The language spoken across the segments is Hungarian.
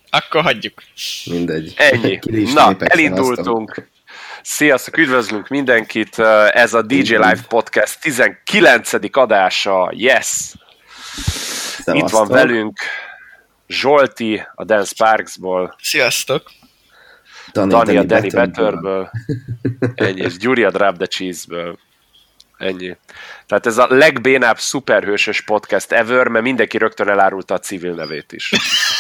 Akkor hagyjuk. Mindegy. Ennyi. Na, elindultunk. Sziasztok, üdvözlünk mindenkit. Ez a DJ Live Podcast 19. adása. Yes! Szevasztok. Itt van velünk Zsolti a Dance Parksból. Sziasztok! Dani a Danny Betterből. Ennyi. És Gyuri a Drop the Cheese-ből. Ennyi. Tehát ez a legbénább szuperhősös podcast ever, mert mindenki rögtön elárulta a civil nevét is.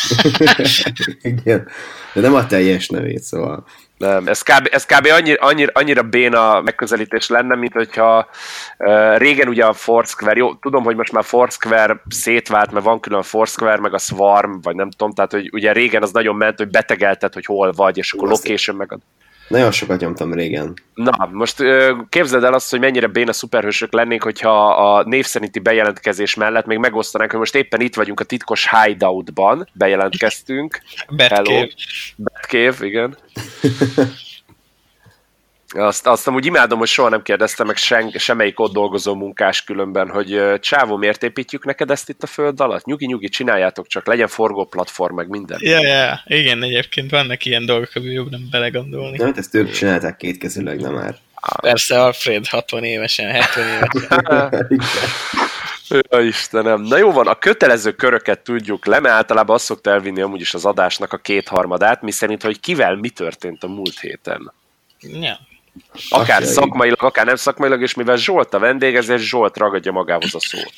Igen. De nem a teljes nevét, szóval. Nem, ez kb. Annyira béna megközelítés lenne, mint hogyha régen ugye a Foursquare, jó, tudom, hogy most már Foursquare szétvált, mert van külön Foursquare, meg a Swarm, vagy nem tudom, tehát hogy ugye régen az nagyon ment, hogy betegelted, hogy hol vagy, és akkor location meg... Nagyon sokat nyomtam régen. Na, most képzeld el azt, hogy mennyire béna szuperhősök lennénk, hogyha a név szerinti bejelentkezés mellett még megosztanánk, hogy most éppen itt vagyunk a titkos hideoutban, bejelentkeztünk. Batcave, igen. Azt amúgy imádom, hogy soha nem kérdeztem meg semmelyik ott dolgozó munkás különben, hogy csávó, miért építjük neked ezt itt a föld alatt? Nyugi, csináljátok csak, legyen forgóplatform, meg minden. Ja, igen, egyébként vannak ilyen dolgok, hogy jobb nem belegondolni. Nem, ezt ők csinálták kétkezűleg, nem már. Persze, Alfred 60 évesen, 70 évesen. Ja, Istenem. Na jó van, a kötelező köröket tudjuk le, mert általában azt szokta elvinni amúgy is az adásnak a kétharmadát, miszerint, hogy kivel mi történt a múlt héten. Ja. Akár szakmailag, akár nem szakmailag, és mivel Zsolt a vendég, ezért Zsolt ragadja magához a szót.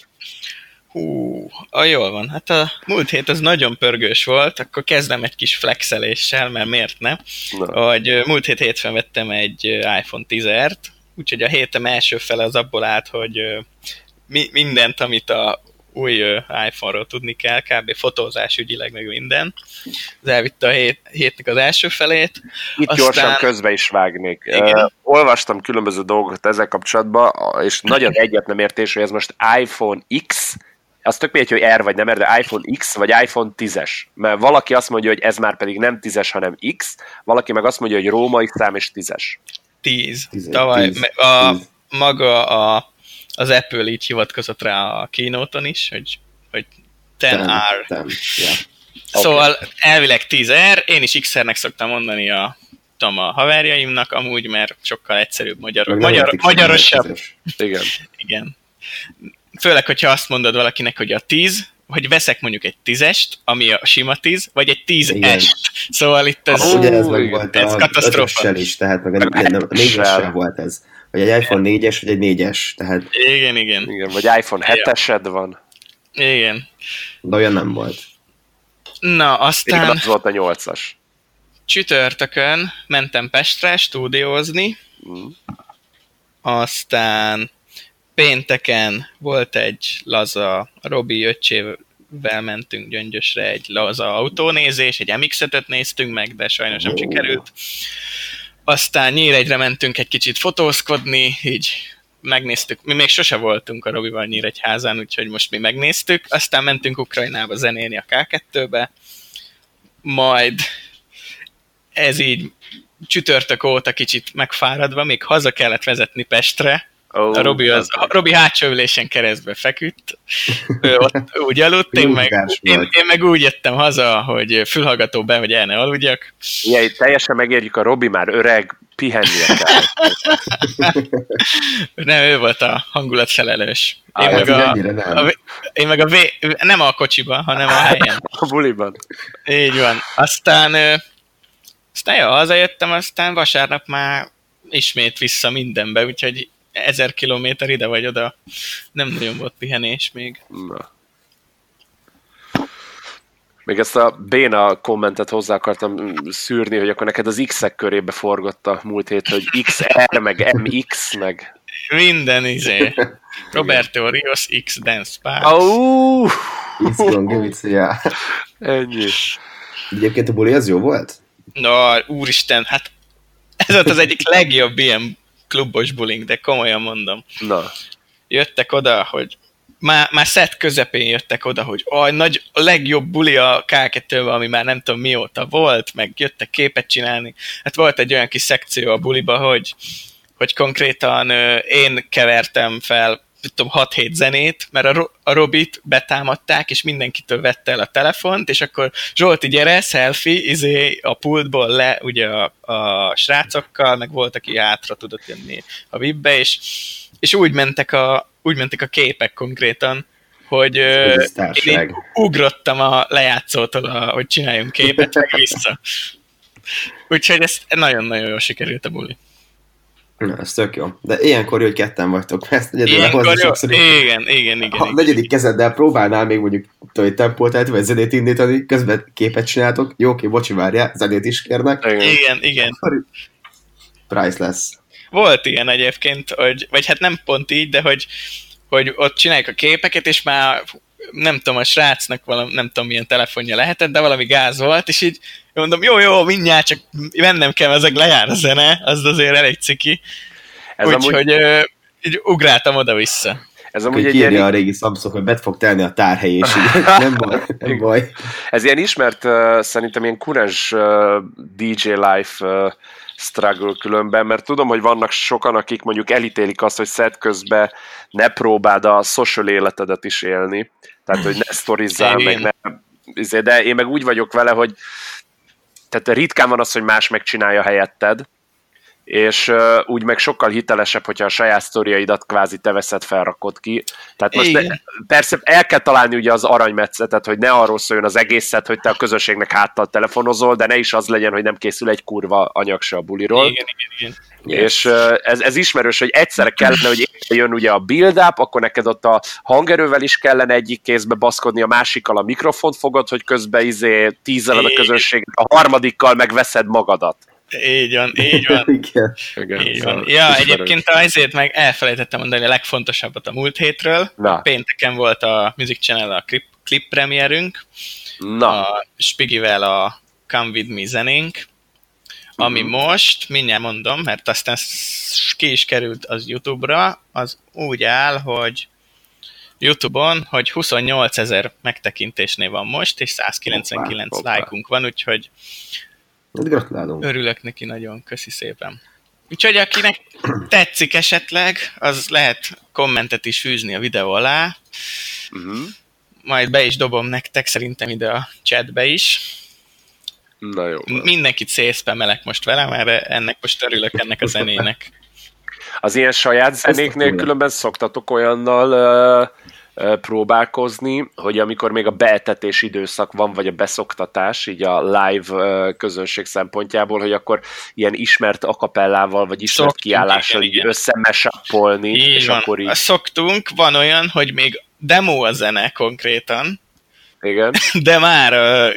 Jól van. Hát a múlt hét az nagyon pörgős volt, akkor kezdem egy kis flexeléssel, mert miért ne? Hogy múlt hétfőn vettem egy iPhone 10-ert, úgyhogy a hétem első fele az abból állt, hogy mindent, amit a új iPhone-ról tudni kell, kb. Fotózás ügyileg, meg minden. Az elvitte a hétnek az első felét. Itt aztán... gyorsan közbe is vágnék. Olvastam különböző dolgokat ezzel kapcsolatban, és nagyon egyet nem értés, hogy ez most iPhone X, az tök mindegy, hogy R vagy nem R, de iPhone X vagy iPhone 10-es. Mert valaki azt mondja, hogy ez már pedig nem 10-es, hanem X, valaki meg azt mondja, hogy római szám és 10-es. 10. Tavaly maga az Apple így hivatkozott rá a keynote-on is, hogy 10R. Yeah. Szóval elvileg 10R, én is XR-nek szoktam mondani a haverjaimnak, amúgy, mert sokkal egyszerűbb magyarosabb. Igen. Főleg, hogyha azt mondod valakinek, hogy a 10, hogy veszek mondjuk egy 10-est, ami a sima 10, vagy egy 10-est. Szóval itt ez katasztrófa. Is, tehát meg a 4-essel volt ez. Vagy egy iPhone 4-es, vagy egy 4-es. Tehát... Igen. Vagy iPhone 7-esed van. Igen. De olyan nem volt. Na, aztán... Igen, az volt a 8-as. Csütörtökön mentem Pestre stúdiózni. Aztán pénteken volt egy laza, Robi öccsével mentünk Gyöngyösre egy laza autónézés, egy MX-5-öt néztünk meg, de sajnos nem sikerült. Aztán Nyíregyre mentünk egy kicsit fotózkodni, így megnéztük. Mi még sose voltunk a Robival Nyíregyházán, úgyhogy most mi megnéztük. Aztán mentünk Ukrajnába zenélni a K2-be. Majd ez így csütörtök óta kicsit megfáradva, még haza kellett vezetni Pestre. A Robi hátsó ülésen keresztbe feküdt, ő ott úgy aludt, én meg úgy jöttem haza, hogy fülhallgató be, hogy el ne aludjak. Igen, teljesen megérjük, a Robi már öreg, pihennie kell. Nem, ő volt a hangulatfelelős. Én meg nem a kocsiban, hanem a helyen. A buliban. Így van. Aztán hazajöttem, aztán vasárnap már ismét vissza mindenbe, úgyhogy 1000 kilométer ide vagy oda, nem nagyon volt pihenés még. Na. Még ezt a béna kommentet hozzá akartam szűrni, hogy akkor neked az X-ek körébe forgott a múlt hét, hogy XR, meg MX, meg... Minden izé. Roberto Rios X Dance Park. Ennyi. Egyébként a buli az jó volt? Na, úristen, hát ez volt az egyik legjobb ilyen klubos buling, de komolyan mondom. Na. Jöttek oda, hogy már szett közepén jöttek oda, hogy a legjobb buli a K2-ben, ami már nem tudom mióta volt, meg jöttek képet csinálni. Hát volt egy olyan kis szekció a buliba, hogy konkrétan én kevertem fel tudom, 6-7 zenét, mert a Robit betámadták, és mindenkitől vette el a telefont, és akkor Zsolti, gyere, selfie, a pultból le, ugye a srácokkal, meg volt, aki hátra tudott jönni a VIP-be, és úgy mentek a képek konkrétan, hogy én ugrottam a lejátszótól, hogy csináljunk képet, meg vissza. Úgyhogy ez nagyon-nagyon jól sikerült a buli. Na, ez tök jó. De ilyenkor jó, hogy ketten vagytok, mert ezt ilyenkor jó, igen. Ha a negyedik kezeddel próbálnál még mondjuk egy tempót állítani, vagy zenét indítani, közben képet csináltok, jó, oké, bocsi, várjál, zenét is kérnek. Igen. Priceless. Volt ilyen egyébként, vagy hát nem pont így, de hogy ott csinálják a képeket, és már nem tudom, a srácnak valami, nem tudom milyen telefonja lehetett, de valami gáz volt, és így mondom, jó, mindjárt, csak mennem kell, ezek lejár a zene, az azért elég ciki. Úgyhogy így ugráltam oda-vissza. Ez amúgy egy ilyen... a régi Samsung, hogy bet fog telni a tárhely, és így nem baj. Ez ilyen ismert, szerintem ilyen kurens DJ life struggle különben, mert tudom, hogy vannak sokan, akik mondjuk elítélik azt, hogy szed közben ne próbáld a social életedet is élni. Tehát, hogy ne sztorizzál, meg ne... De én meg úgy vagyok vele, hogy tehát ritkán van az, hogy más megcsinálja helyetted, és úgy meg sokkal hitelesebb, hogyha a saját sztoriaidat kvázi te veszed, felrakod ki. Tehát most persze el kell találni ugye az aranymetszetet, hogy ne arról szóljon az egészet, hogy te a közönségnek háttal telefonozol, de ne is az legyen, hogy nem készül egy kurva anyag se a buliról. Igen. És ez ismerős, hogy egyszerre kellene, hogy jön ugye a build-up, akkor neked ott a hangerővel is kellene egyik kézbe baszkodni, a másikkal a mikrofont fogod, hogy közben tízeled a közönséget, a harmadikkal megveszed magadat. Így van. Így van. Ja, egyébként azért meg elfelejtettem mondani a legfontosabbat a múlt hétről. Pénteken volt a Music Channel a klip premierünk. A Spigivel a Come With Me zenénk, ami most, mindjárt mondom, mert aztán ki is került az YouTube-ra, az úgy áll, hogy YouTube-on, hogy 28 000 megtekintésnél van most, és 199 like-unk van, úgyhogy gratulálunk. Örülök neki nagyon, köszi szépen. Úgyhogy akinek tetszik esetleg, az lehet kommentet is fűzni a videó alá. Majd be is dobom nektek, szerintem ide a chatbe is. Na jó. Mindenkit szétszpemelek most vele, mert ennek most örülök, ennek a zenének. Az ilyen saját zenéknél különben szoktatok olyannal próbálkozni, hogy amikor még a beetetés időszak van, vagy a beszoktatás, így a live közönség szempontjából, hogy akkor ilyen ismert akapellával, vagy ismert kiállással így összemesappolni. És van. Akkor így... Szoktunk, van olyan, hogy még demo a zene konkrétan, igen. De már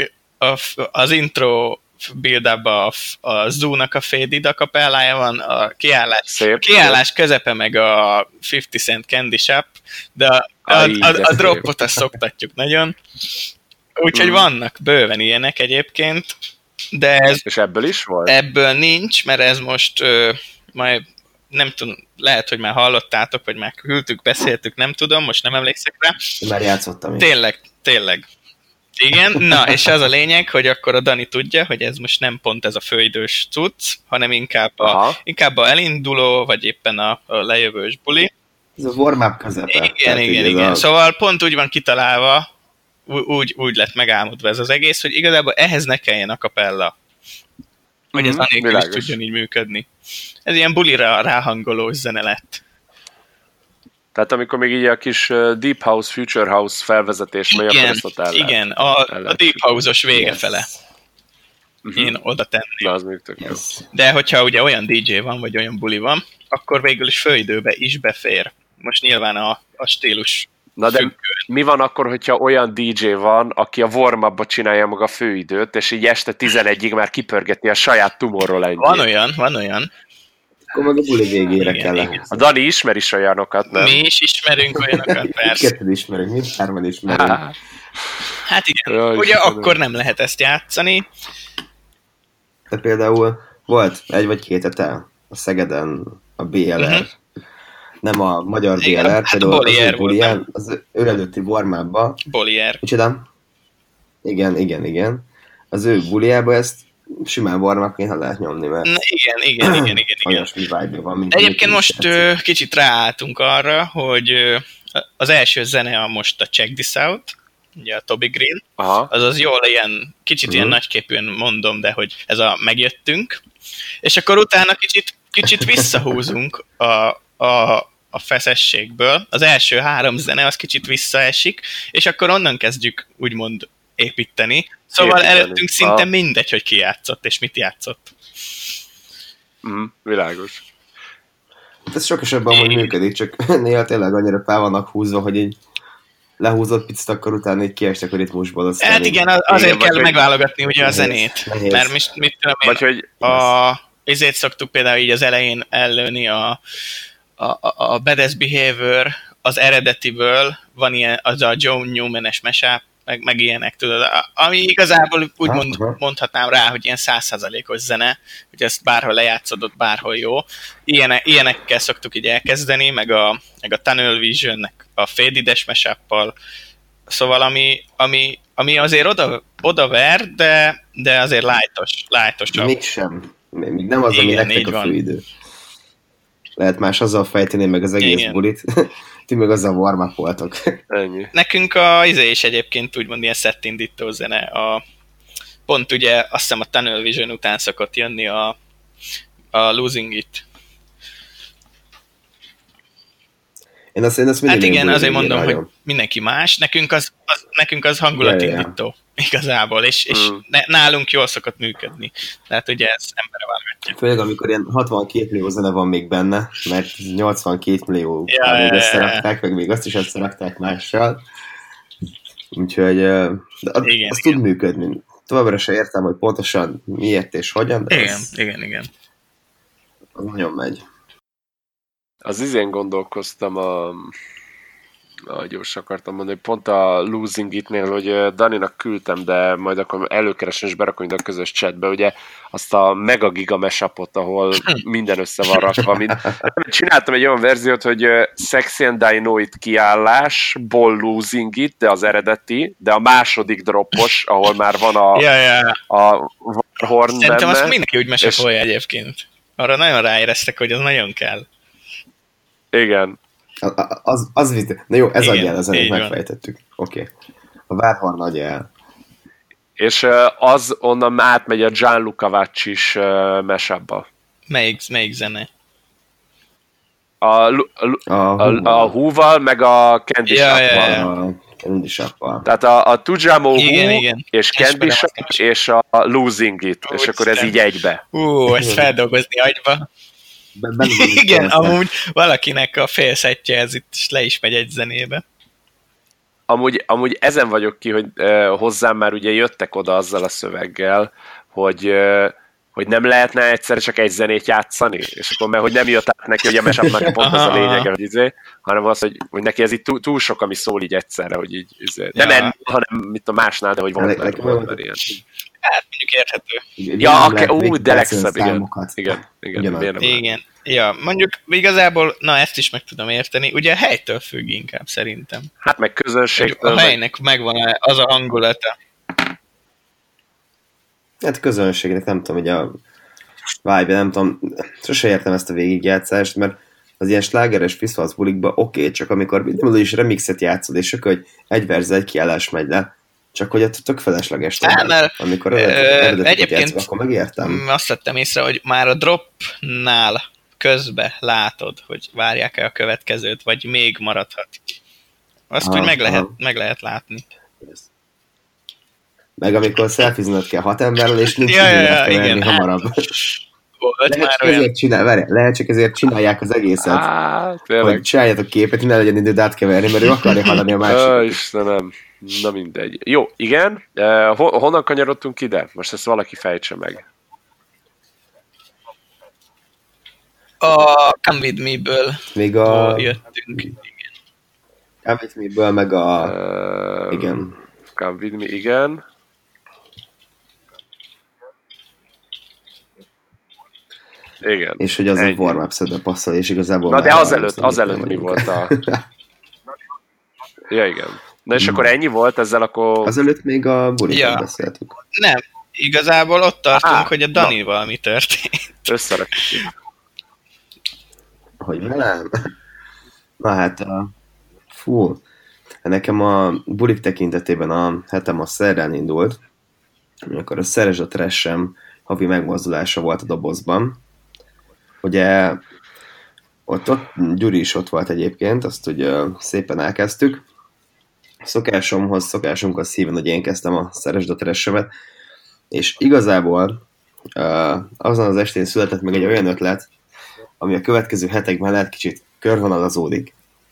az intro build-up a Zoo-nak a fade-id akapellája van, a kiállás közepe meg a 50 Cent Candy Shop, de a dropot azt szoktatjuk nagyon. Úgyhogy vannak bőven ilyenek egyébként, de ez... És ebből is volt? Ebből nincs, mert ez most majd nem tudom, lehet, hogy már hallottátok, vagy már küldtük, beszéltük, nem tudom, most nem emlékszek rá. Már játszottam is. Tényleg. Igen, na, és az a lényeg, hogy akkor a Dani tudja, hogy ez most nem pont ez a főidős cucc, hanem inkább a elinduló, vagy éppen a lejövős buli. Ez a warm-up közepe. Igen. Szóval pont úgy van kitalálva, úgy lett megálmodva ez az egész, hogy igazából ehhez ne kelljen a kapella. Hogy ez anélkül is tudjon így működni. Ez ilyen bulira ráhangolós zene lett. Tehát amikor még így a kis Deep House, Future House felvezetés megy, akkor ezt ott igen, a Deep House-os vége fele. Én oda tenném. Na, az még tök jó. De hogyha ugye olyan DJ van, vagy olyan buli van, akkor végül is főidőbe is befér. Most nyilván a stílus. Na de mi van akkor, hogyha olyan DJ van, aki a warm-upba csinálja maga a főidőt, és így este 11-ig már kipörgeti a saját Tomorrowland-jét? Van olyan. Akkor meg a buli végére kell. A Dani ismer is olyanokat, nem? Mi is ismerünk olyanokat, persze. Kettőt ismerünk, mindhárman ismerünk. Hát igen, ugye akkor nem lehet ezt játszani. De például volt egy vagy két hete a Szegeden a BLR. Nem a magyar BLR, például az ő előtti warm-upba. Bolier. Micsoda? Igen. Az ő buliába ezt simán warmapként lehet nyomni, mert... Igen. Olyasmi vibe van, mint... Egyébként most kicsit ráálltunk arra, hogy az első zene most a Check This Out, ugye a Toby Green, azaz jól ilyen, kicsit ilyen nagyképűen mondom, de hogy ez a megjöttünk, és akkor utána kicsit visszahúzunk a feszességből. Az első 3 zene az kicsit visszaesik, és akkor onnan kezdjük úgymond építeni. Szóval előttünk szinte mindegy, hogy ki játszott, és mit játszott. Világos. Ez sok esetben amúgy működik, csak néha tényleg annyira fel vannak húzva, hogy így lehúzott picit, akkor utána így kiestek a ritmusból. Hát igen, azért kell megválogatni ugye a zenét. Nehéz. Mert mit tudom én, vagy hogy ezért szoktuk például így az elején ellőni a Badass Behavior az eredetiből, van ilyen, az a Joe Newman-es mashup, meg ilyenek, tudod, ami igazából úgy mondhatnám rá, hogy ilyen 100%-os zene, hogy ezt bárhol lejátszodott, bárhol jó. Ilyenekkel szoktuk így elkezdeni, meg a Tunnel Vision-nek a Faded-es mashuppal, szóval ami azért odaver, de azért lightos. Mégsem. Még nem az, ami nektek a főidő. Lehet más azzal fejteni meg az egész bulit. Ti meg azzal warm-up voltok. Ennyi. Nekünk a is egyébként úgymond ilyen set-indító zene. Pont ugye azt hiszem a Tunnel Vision után szokott jönni a Losing It. Én azt mindig hát igen, azért mondom, hogy mindenki más. Nekünk az hangulatindító. Igazából, és nálunk jól szokott működni. Tehát ugye ez emberre válogatja. Főleg, amikor ilyen 62 millió zene van még benne, mert 82 millió még összerakták, meg még azt is összerakták mással. Úgyhogy az tud működni. Továbbra sem értem, hogy pontosan miért és hogyan, de igen. Az nagyon megy. Az izén gondolkoztam gyors akartam mondani, pont a Losing It-nél, hogy Daninak küldtem, de majd akkor előkeresem és berakom a közös chatbe, ugye azt a Mega Giga mashupot, ahol minden össze van rakva. Csináltam egy olyan verziót, hogy Sexy and I Know It kiállásból Losing It, de az eredeti, de a második droppos, ahol már van a Warhorn benne. Szerintem azt mindenki úgy mesapolja egyébként. Arra nagyon ráéreztek, hogy az nagyon kell. Igen. Az na jó, ez adja el, az előtt megfejtettük. Oké. A Warhorn adja el. És az onnan átmegy a Gianluca Vaccis mashupba. Melyik zene? A Who-val, meg a Candy Shop-val. Candy Shop-val. Tehát a Tujamo Who és Candy Shop és a Losing It. És akkor ez így egybe. Ezt feldolgozni agyba. Igen, amúgy valakinek a félszettje ez itt le is megy egy zenébe. Amúgy ezen vagyok ki, hogy hozzám már ugye jöttek oda azzal a szöveggel, hogy nem lehetne egyszer csak egy zenét játszani, és akkor mert hogy nem jött át neki, hogy a mashup pont az a lényege, hogy hanem az, hogy neki ez így túl sok, ami szól így egyszerre, hogy így nem ennél, hanem mit a másnál, de hogy van már ilyen. Hát mondjuk érthető. De legszebb, igen. Ja, mondjuk igazából, ezt is meg tudom érteni, ugye a helytől függ inkább szerintem. Hát meg közönségtől. A helynek megvan az a hangulata. Hát közönségnek nem tudom, hogy a vibe, nem tudom, sose értem ezt a végigjátszást, mert az ilyen slágeres fiszfalsz bulikban oké, csak amikor mindenhol is remixet játszod, és akkor hogy egy verze, egy kiállás megy le, csak hogy ott tök felesleges. Amikor eredetiket játszol, akkor megértem. Azt vettem észre, hogy már a dropnál közbe látod, hogy várják-e a következőt, vagy még maradhat. Azt úgy meg lehet látni. Meg amikor szelfiznod kell 6 emberrel, és nincs idő hamarabb. Lehet csak ezért csinálják az egészet. Hogy csináljátok képet, hogy ne legyen időd átkeverni, mert ő akarja hallani a másikat. Istenem, na mindegy. Jó, igen. Honnan kanyarodtunk ide? Most ezt valaki fejtse meg. A Come With Me-ből még jöttünk. Igen. Come With Me-ből, meg igen. Come With Me, igen. Igen. És hogy az egy warm-up szedbe passzol, és igazából... Na de azelőtt mi volt a... Ja, igen. Na és akkor ennyi volt ezzel akkor... Azelőtt még a bulikat beszéltük. Nem. Igazából ott tartunk, hogy a Danival mi történt. Összerakjuk. Hogy velem? Na hát, fú, nekem a bulik tekintetében a hetem a szerdán indult, amikor a Szeresd a Trash-em havi megmozdulása volt a dobozban. Ugye ott Gyuri is ott volt egyébként, azt ugye szépen elkezdtük. Szokásunkhoz híven, hogy én kezdtem a Szeresd a Trash-emet, és igazából azon az estén született meg egy olyan ötlet, ami a következő hetekben lehet kicsit körvonalazódik.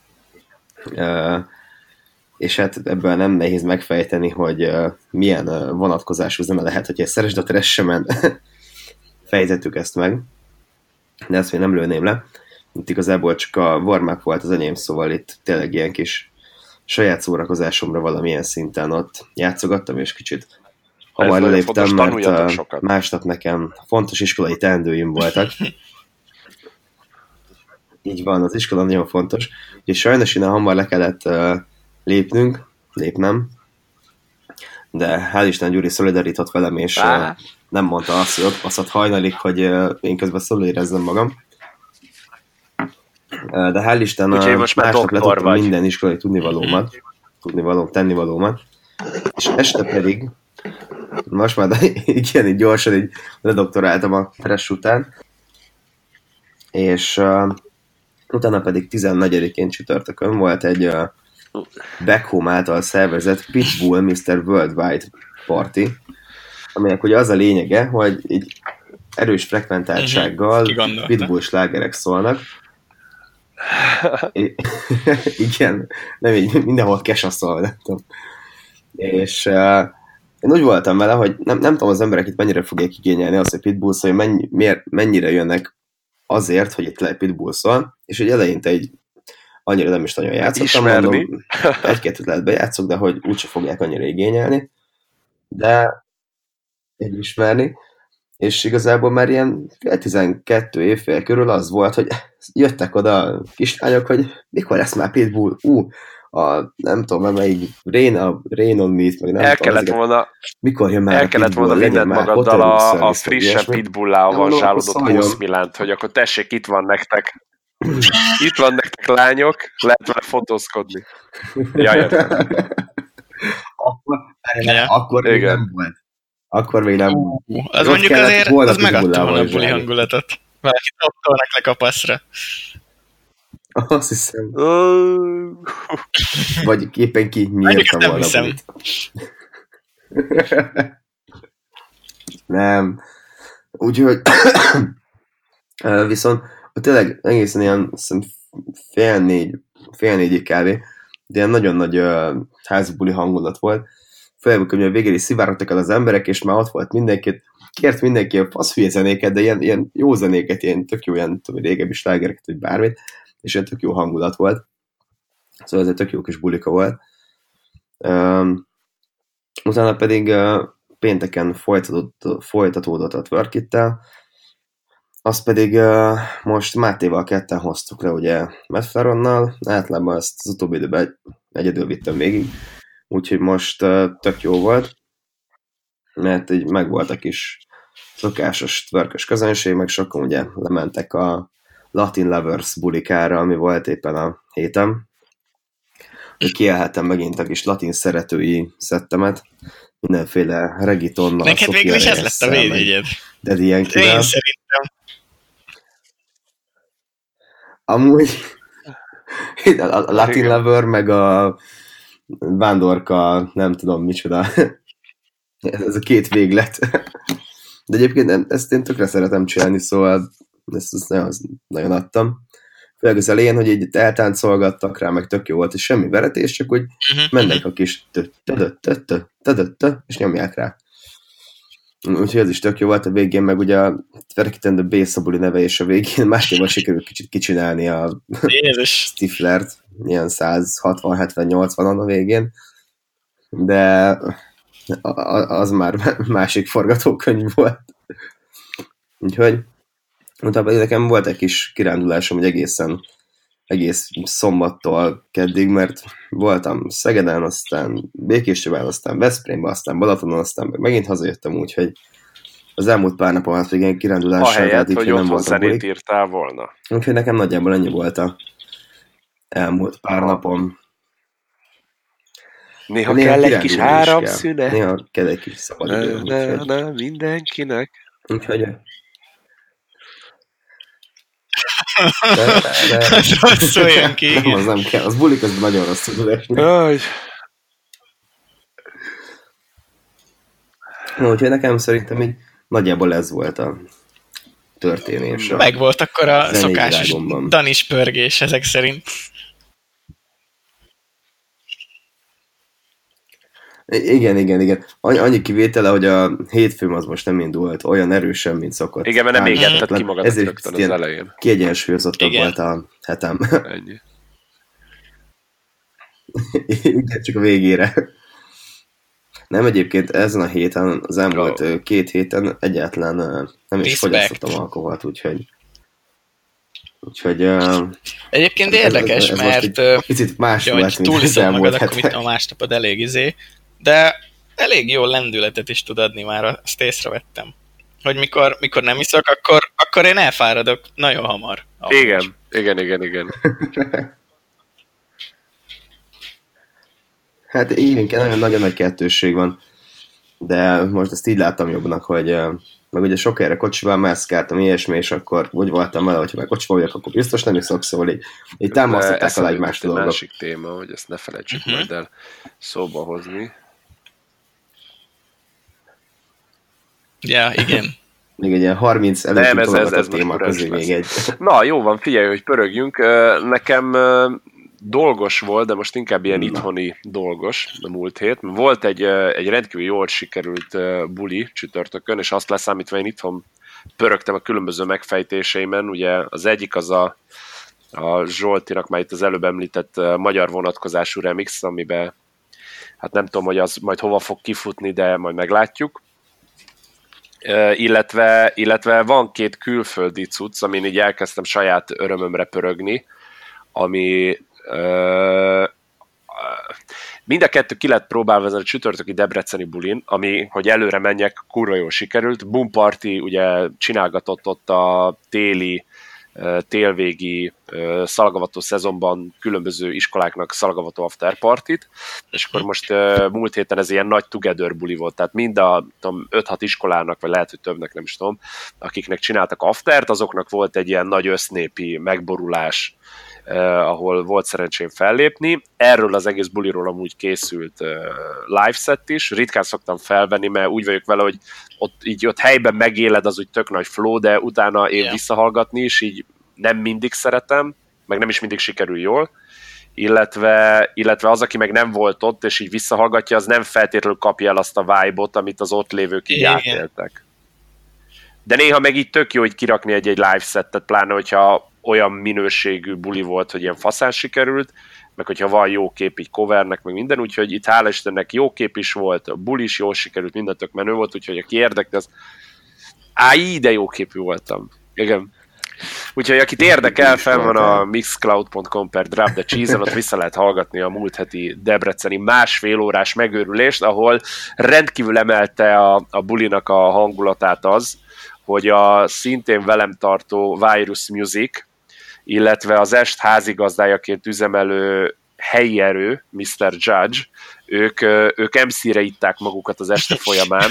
És hát ebből nem nehéz megfejteni, hogy milyen vonatkozású zene lehet, hogyha Szeresd a Trash-emen fejtettük ezt meg. De ezt még nem lőném le. Itt igazából csak a warm-up volt az enyém, szóval itt tényleg ilyen kis saját szórakozásomra valamilyen szinten ott játszogattam, és kicsit hamar leléptem, mert másnap nekem fontos iskolai teendőim voltak. Így van, az iskola nagyon fontos. És sajnos innen hamar le kellett lépnem, de hál' Isten Gyuri szolidarított velem, és nem mondta azt, hogy ott passzott hajnalig, hogy én közben szolidarezzem magam. De hál' Isten másnap letudtam minden iskolai tennivalómat, és este pedig most már igen, így gyorsan így ledoktoráltam a Trash után, és utána pedig 14-én csütörtökön volt egy Backhome által szervezett Pitbull Mr. Worldwide Party, aminek ugye az a lényege, hogy egy erős frekventáltsággal Pitbull slágerek szólnak. Igen, nem így mindenhol Kesha szól, nem tudom. És én úgy voltam vele, hogy nem tudom az emberek itt mennyire fogják igényelni azt, hogy Pitbull szól, hogy mennyire jönnek azért, hogy itt Pitbull szól, és hogy eleinte egy annyira nem is nagyon játszottam, mondom, egy-kettőt lehet bejátszok, de hogy úgyse fogják annyira igényelni, de egy ismerni, és igazából már ilyen 12 évfél körül az volt, hogy jöttek oda a kislányok, hogy mikor lesz már Pitbull, nem tudom, melyik Rain on Me-t, meg nem mikor jön már el kellett volna vinned magaddal a frissebb Pitbull-lá avanzsálódott Pusz Milánt, hogy akkor tessék, itt van nektek lányok, lehet vele fotózkodni. Akkor még nem volt. Akkor még nem volt. Az mondjuk azért, az megadta volna a buli hangulatot. Valaki tolnak le kapaszra. Azt hiszem. Vagy éppen ki nyírta volna. Nem. Úgyhogy viszont tényleg egészen ilyen fél négyig kávé, de ilyen nagyon nagy házbuli hangulat volt. Főleg, hogy a végén is szivárogtak el az emberek, és már ott volt kért mindenki a faszhülye zenéket, de ilyen jó zenéket, ilyen tök jó, ilyen régebbi slágereket, vagy bármit, és ilyen tök jó hangulat volt. Szóval ez egy tök jó kis bulika volt. Utána pedig pénteken folytatódott a Twerk-ittel, azt pedig most Mátéval ketten hoztuk le, ugye Medferonnal, általában ezt az utóbbi időben egyedül vittem végig, úgyhogy most tök jó volt, mert így megvolt a kis szokásos twerkös közönség, meg sokan ugye lementek a Latin Lovers bulikára, ami volt éppen a héten, hogy kielhettem megint a kis latin szeretői szettemet, mindenféle reggaetonnal, neked végül is ez lett a védjegyed. De ilyen én szerintem. Amúgy a Latin Lover, meg a vándorka, nem tudom micsoda. Ez a két véglet. De egyébként ezt én tökre szeretem csinálni, szóval ezt nagyon adtam. Főleg az elején, hogy így eltáncolgattak rá, meg tök jó volt, és semmi veretés, csak hogy mennek a kis és nyomják rá. Úgyhogy ez is tök jó volt, a végén meg ugye a Twerk-iten the Bass a buli neve, és a végén másképpen sikerült kicsit kicsinálni a Stiflert, ilyen 160-70-80-on a végén, de az már másik forgatókönyv volt. Úgyhogy utána nekem volt egy kis kirándulásom, hogy egészen egész szombattól keddig, mert voltam Szegeden, aztán Békéscsabán, aztán Veszprémben, aztán Balatonon, aztán megint hazajöttem, úgyhogy az elmúlt pár napon hát igen kirándulással. Ahelyett, hogy otthon zenét írtál volna. Úgyhogy nekem nagyjából ennyi volt a elmúlt pár napom. Néha kell egy kis áramszünet. Néha kell egy kis szabadidő. Mindenkinek. Úgyhogy... Ez rosszul jön ki, igen. Az nem kell, az bulik, az nagyon rosszul tud esni. Úgyhogy nekem szerintem így nagyjából ez volt a történés. Meg volt akkor a szokásos danis pörgés ezek szerint. Igen. Annyi kivétele, hogy a hétfőm az most nem indult olyan erősen, mint szokott. Igen, mert nem égetted ki magadat rögtön az elején. Kiegyensúlyozottabb volt a hetem. Ennyi. Igen, csak a végére. Nem, egyébként ezen a héten, az elmúlt 2 héten egyáltalán nem is fogyasztottam alkoholt, úgyhogy egyébként érdekes, ez mert picit más volt, mint túlizom magad, akkor mit a másnapod elég de elég jó lendületet is tud adni már, azt észrevettem. Hogy mikor nem iszok, akkor én elfáradok nagyon hamar. Igen. Hát igen, nagyon nagy kettősség van. De most ezt így láttam jobbnak, hogy meg ugye sok erre kocsival mászkáltam, ilyesmi, és akkor úgy voltam vele, hogyha meg kocsival vagyok, akkor biztos nem iszok, szóval így támasztották alá egymást a dolgok. Másik téma, hogy ezt ne felejtsük majd el szóba hozni. Ja, igen. Még egy ilyen 30 előtt ez téma közé még egy. Na, jó van, figyelj, hogy pörögjünk. Nekem dolgos volt, de most inkább ilyen itthoni dolgos a múlt hét. Volt egy rendkívül jól sikerült buli csütörtökön, és azt leszámítva én itthon pörögtem a különböző megfejtéseimen. Ugye az egyik az a Zsoltinak már itt az előbb említett magyar vonatkozású remix, amiben hát nem tudom, hogy az majd hova fog kifutni, de majd meglátjuk. Illetve van 2 külföldi cucc, amin így elkezdtem saját örömömre pörögni, ami mind a 2 ki lett próbálva ezen a csütörtöki debreceni bulin, ami, hogy előre menjek, kurva jól sikerült. Boom Party ugye csinálgatott ott a télvégi szalagavató szezonban különböző iskoláknak szalagavató afterpartit, és akkor most múlt héten ez ilyen nagy together buli volt, tehát mind a 5-6 iskolának, vagy lehet, hogy többnek, nem is tudom, akiknek csináltak aftert, azoknak volt egy ilyen nagy össznépi megborulás, ahol volt szerencsém fellépni. Erről az egész buliról amúgy készült live set is. Ritkán szoktam felvenni, mert úgy vagyok vele, hogy ott helyben megéled, az úgy tök nagy flow, de utána én visszahallgatni is, így nem mindig szeretem, meg nem is mindig sikerül jól. Illetve az, aki meg nem volt ott, és így visszahallgatja, az nem feltétlenül kapja el azt a vibe-ot, amit az ott lévők így átéltek. De néha meg így tök jó, hogy kirakni egy live settet, pláne, hogyha olyan minőségű buli volt, hogy ilyen faszán sikerült, meg hogyha van jó kép így covernek, meg minden, úgyhogy itt hála Istennek jó kép is volt, a buli is jól sikerült, minden tök menő volt, úgyhogy aki érdekel, az de jó képű voltam. Igen. Úgyhogy akit érdekel, fel van a mixcloud.com/drop-the-cheese-en, ott vissza lehet hallgatni a múlt heti debreceni 1,5 órás megőrülést, ahol rendkívül emelte a bulinak a hangulatát az, hogy a szintén velem tartó Virus Music, illetve az est házigazdájaként üzemelő helyi erő, Mr. Judge, ők MC-re itták magukat az este folyamán.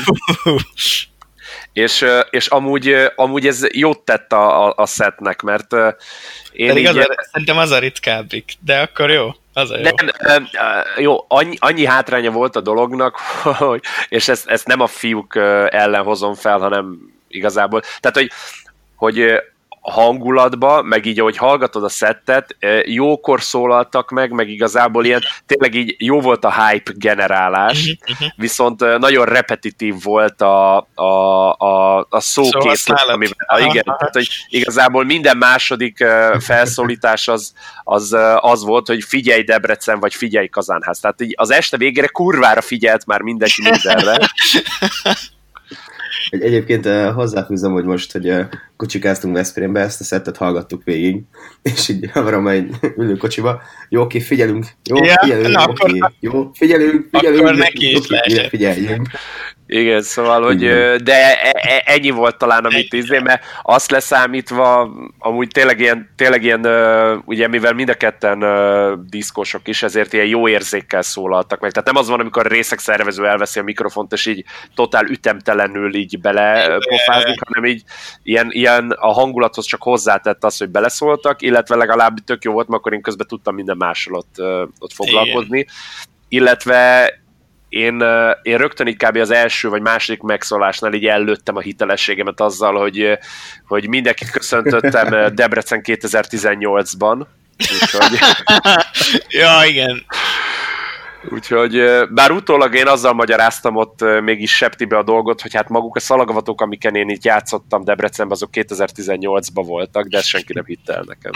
És amúgy ez jót tett a setnek, mert én pedig szerintem az a ritkábbik, de akkor jó. Jó, annyi hátránya volt a dolognak, és ezt nem a fiúk ellen hozom fel, hanem igazából, tehát hogy hangulatba, meg így, ahogy hallgatod a szettet, jókor szólaltak meg igazából ilyen, tényleg így jó volt a hype generálás, viszont nagyon repetitív volt a szókészlet, amiben, igen, tehát, hogy igazából minden második felszólítás az volt, hogy figyelj Debrecen, vagy figyelj Kazánház. Tehát így az este végére kurvára figyelt már mindenki mindenre. Egyébként hozzáfűzöm, hogy most, hogy kocsikáztunk Veszprémbe, ezt a szettet hallgattuk végig, és így hamarom egy ülő kocsiba. Jó, ki figyelünk, jó, Ja, figyelünk, na, jó, figyelünk, akkor neki is leesett. figyeljünk. Igen, szóval, hogy de ennyi volt talán, amit mert azt leszámítva, amúgy tényleg ilyen ugye mivel mind a ketten diszkósok is, ezért ilyen jó érzékkel szólaltak meg. Tehát nem az van, amikor a részek szervező elveszi a mikrofont, és így totál ütemtelenül így belepofáznak, hanem így ilyen a hangulathoz csak hozzátett az, hogy beleszóltak, illetve legalább tök jó volt, mert akkor én közben tudtam minden mással ott foglalkozni. Igen. Illetve én rögtön így kb. Az első vagy második megszólásnál így ellőttem a hitelességemet azzal, hogy mindenkit köszöntöttem Debrecen 2018-ban. Úgyhogy... ja, igen. Úgyhogy, bár utólag én azzal magyaráztam ott mégis septibe a dolgot, hogy hát maguk a szalagavatok, amiken én itt játszottam Debrecenben, azok 2018-ban voltak, de ezt senki nem hitte el nekem.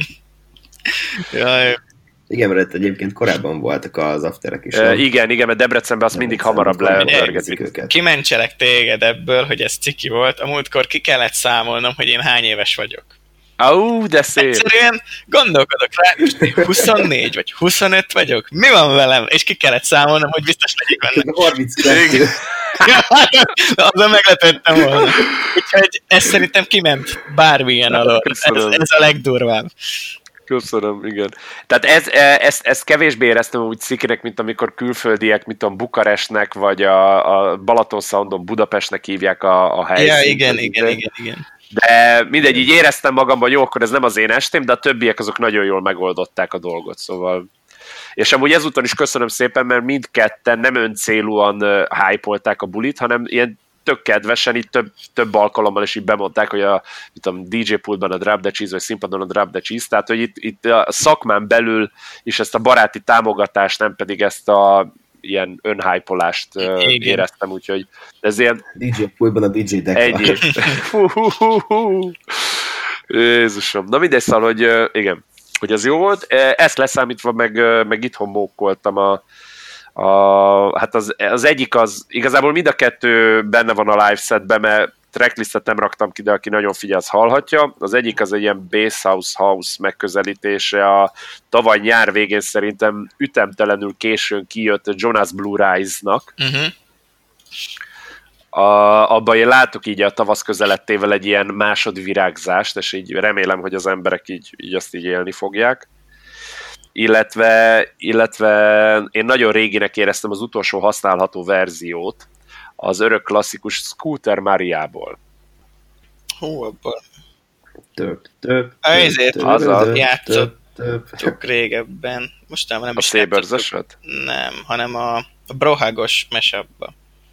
Jaj. Igen, mert egyébként korábban voltak az afterek is. Igen, mert Debrecenben azt mindig hamarabb lepörgetik. Kimentselek téged ebből, hogy ez ciki volt. A múltkor ki kellett számolnom, hogy én hány éves vagyok. De szép. Egyszerűen gondolkodok rá, és 24 vagy 25 vagyok. Mi van velem? És ki kellett számolnom, hogy biztos legyek benne. 32. Azon meglepődtem volna. Úgyhogy ez szerintem kiment bármilyen alól. Ez a legdurvább. Köszönöm, igen. Tehát ezt kevésbé éreztem úgy szikinek, mint amikor külföldiek, mint a Bukarestnek, vagy a Balatonsoundon Budapestnek hívják a helyszínt. Ja, igen. De mindegy, így éreztem magamban, hogy jó, akkor ez nem az én estém, de a többiek azok nagyon jól megoldották a dolgot, szóval... És amúgy ezúton is köszönöm szépen, mert mindketten nem öncélúan hype-olták a bulit, hanem ilyen tök kedvesen, így több alkalommal is így bemondták, hogy a DJ pultban a Drop the Cheese, vagy színpadon a Drop the Cheese, tehát hogy itt a szakmán belül is ezt a baráti támogatást, nem pedig ezt a ilyen önhypolást éreztem, úgyhogy ez ilyen... DJ pultban a DJ deck. Ennyi. Jézusom. Na mindegy, szóval, hogy igen, hogy az jó volt. Ezt leszámítva meg itthon mókoltam hát az egyik az, igazából mind a kettő benne van a live setben, mert tracklistet nem raktam ki, de aki nagyon figyel, az hallhatja. Az egyik az egy ilyen bass house megközelítése, a tavaly nyár végén szerintem ütemtelenül későn kijött Jonas Blue Rise-nak. Abban én látok így a tavasz közelettével egy ilyen másodvirágzást, és így remélem, hogy az emberek így azt így élni fogják. Illetve én nagyon réginek éreztem az utolsó használható verziót, az örök klasszikus Scooter Mariából. Hú, abban. Több. Ezért játszottuk régebben. Mostában nem a is Sabers-eset? Nem, hanem a Brohagos mashup-ba.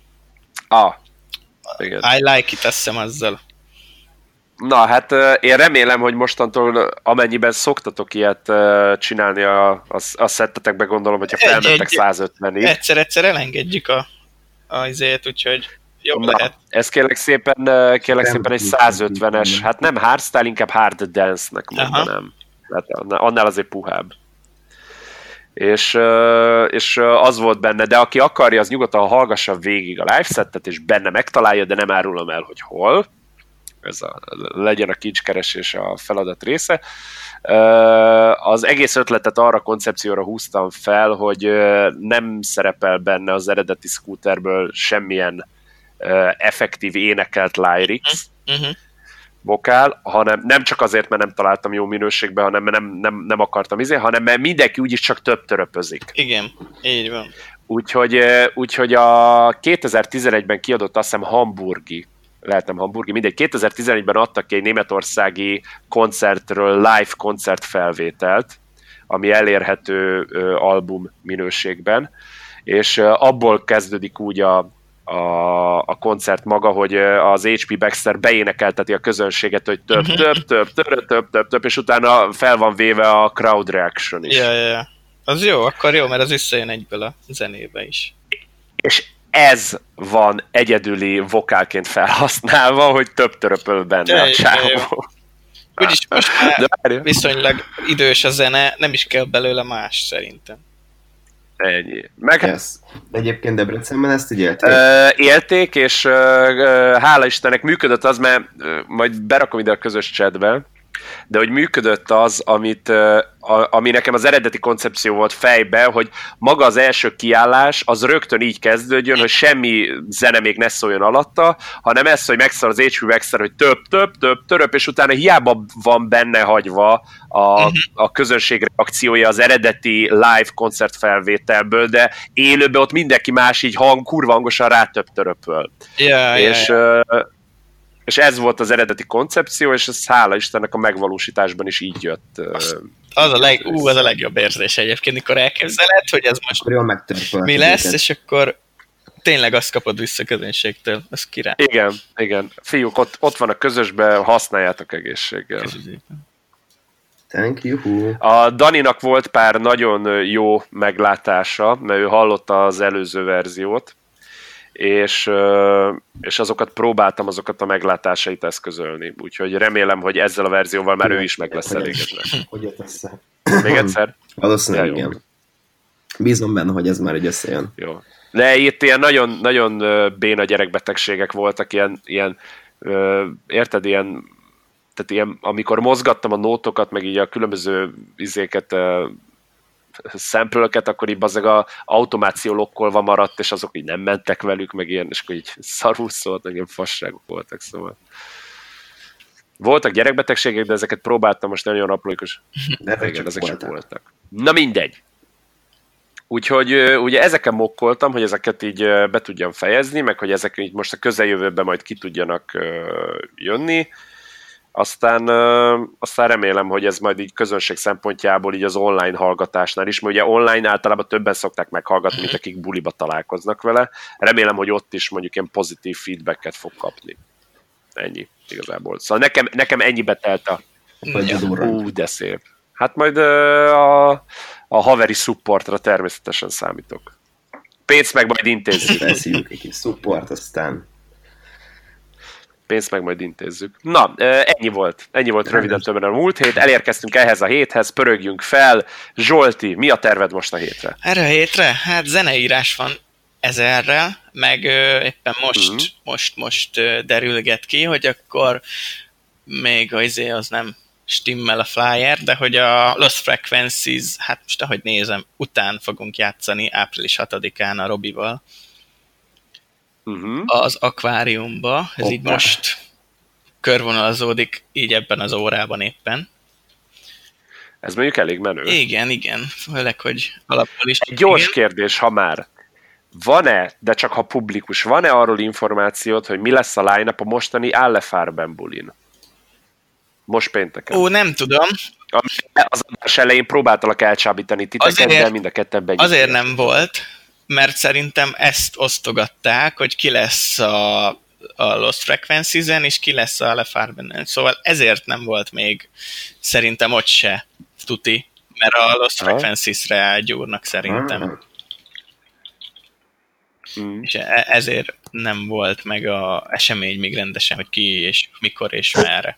Igen. I like it, azt hiszem azzal. Na, hát én remélem, hogy mostantól amennyiben szoktatok ilyet csinálni a szettetekbe, gondolom, hogyha felmentek 150-ig. Egyszer elengedjük azért, úgyhogy jobb lehet. Ez kérlek szépen egy 150-es, hát nem hardstyle, inkább hard dance-nek mondanám. Hát annál azért puhább. És az volt benne, de aki akarja, az nyugodtan hallgassa végig a live settet, és benne megtalálja, de nem árulom el, hogy hol. Ez legyen a kincskeresés a feladat része. Az egész ötletet arra koncepcióra húztam fel, hogy nem szerepel benne az eredeti Scooterből semmilyen effektív énekelt lyrics, vokál, hanem nem csak azért, mert nem találtam jó minőségben, hanem nem akartam hanem mert mindenki úgyis csak több töröpözik. Igen, így van. Úgyhogy a 2011-ben kiadott, azt hiszem hamburgi, mindegy, 2011-ben adtak ki egy németországi koncertről live koncert felvételt, ami elérhető album minőségben, és abból kezdődik úgy a koncert maga, hogy az H.P. Baxter beénekelteti a közönséget, hogy több, és utána fel van véve a crowd reaction is. Ja. Az jó, akkor jó, mert az visszajön egyből a zenébe is. És ez van egyedüli vokálként felhasználva, hogy több töröpöl benne a csávó. Úgyis most már viszonylag idős a zene, nem is kell belőle más szerintem. Ennyi. Meg Yes. Egyébként Debrecenben ezt így élték? Élték, és hála Istennek működött az, mert majd berakom ide a közös chatbe, de hogy működött az, ami nekem az eredeti koncepció volt fejbe, hogy maga az első kiállás az rögtön így kezdődjön, hogy semmi zene még ne szóljon alatta, hanem ez, hogy megszar az HP Vexer, hogy több, és utána hiába van benne hagyva a közönség reakciója az eredeti live koncertfelvételből, de élőben ott mindenki más így kurva hangosan rá töröpöl. És ez volt az eredeti koncepció, és ez hála Istennek a megvalósításban is így jött. Az a legjobb érzés egyébként, mikor elképzeled, hogy ez most mi lesz, és akkor tényleg azt kapod vissza a közönségtől. Az király. Igen. Fiúk, ott van a közösben, használjátok egészséggel. Thank you. A Daninak volt pár nagyon jó meglátása, mert ő hallotta az előző verziót, és azokat próbáltam, azokat a meglátásait eszközölni. Úgyhogy remélem, hogy ezzel a verzióval már ő is meg lesz elégedve. Hogy jött össze? Még egyszer? Valószínűleg igen. Bízom benne, hogy ez már így összejön. Jó. De itt ilyen nagyon, nagyon béna gyerekbetegségek voltak, ilyen érted, tehát ilyen, amikor mozgattam a nótokat, meg így a különböző izéket, sample-öket, akkor így bazeg a automáció lokkolva maradt, és azok így nem mentek velük, meg ilyen, és akkor így szarul szólt, meg ilyen fasságok voltak, szóval. Voltak gyerekbetegségek, de ezeket próbáltam most nagyon apróikus. Igen, ezek csak voltak. Na mindegy. Úgyhogy ugye ezeken mokkoltam, hogy ezeket így be tudjam fejezni, meg hogy ezek így most a közeljövőben majd ki tudjanak jönni. Aztán remélem, hogy ez majd így közönség szempontjából így az online hallgatásnál is, mert ugye online általában többen szokták meghallgatni, mint akik buliba találkoznak vele. Remélem, hogy ott is mondjuk ilyen pozitív feedbacket fog kapni. Ennyi igazából. Szóval nekem ennyibe telt de szép. Hát majd a haveri supportra természetesen számítok. Pénzt meg majd intézzük. Beszéljük egy kis support, aztán pénzt meg majd intézzük. Na, ennyi volt röviden többen a múlt hét, elérkeztünk ehhez a héthez, pörögjünk fel. Zsolti, mi a terved most a hétre? Erre a hétre? Hát zeneírás van 1000-rel, meg éppen most derülget ki, hogy akkor még az nem stimmel a flyer, de hogy a Lost Frequencies, hát most ahogy nézem, után fogunk játszani április 6-án a Robival. Az akváriumba, ez így most körvonalazódik így ebben az órában éppen. Ez mondjuk elég menő. Igen, főleg, hogy alapból is. Egy gyors kérdés, ha már. Van-e, de csak ha publikus, van-e arról információt, hogy mi lesz a line-up a mostani Allefarben bulin? Most pénteken. Nem tudom. Az adás elején próbáltalak elcsábítani titeket, de mind a ketten benyújtják. Azért nem volt, mert szerintem ezt osztogatták, hogy ki lesz a Lost Frequencies-en, és ki lesz a Allefarben. Szóval ezért nem volt még szerintem ott se tuti, mert a Lost Frequencies-re gyúrnak szerintem. És ezért nem volt meg az esemény még rendesen, hogy ki és mikor és merre.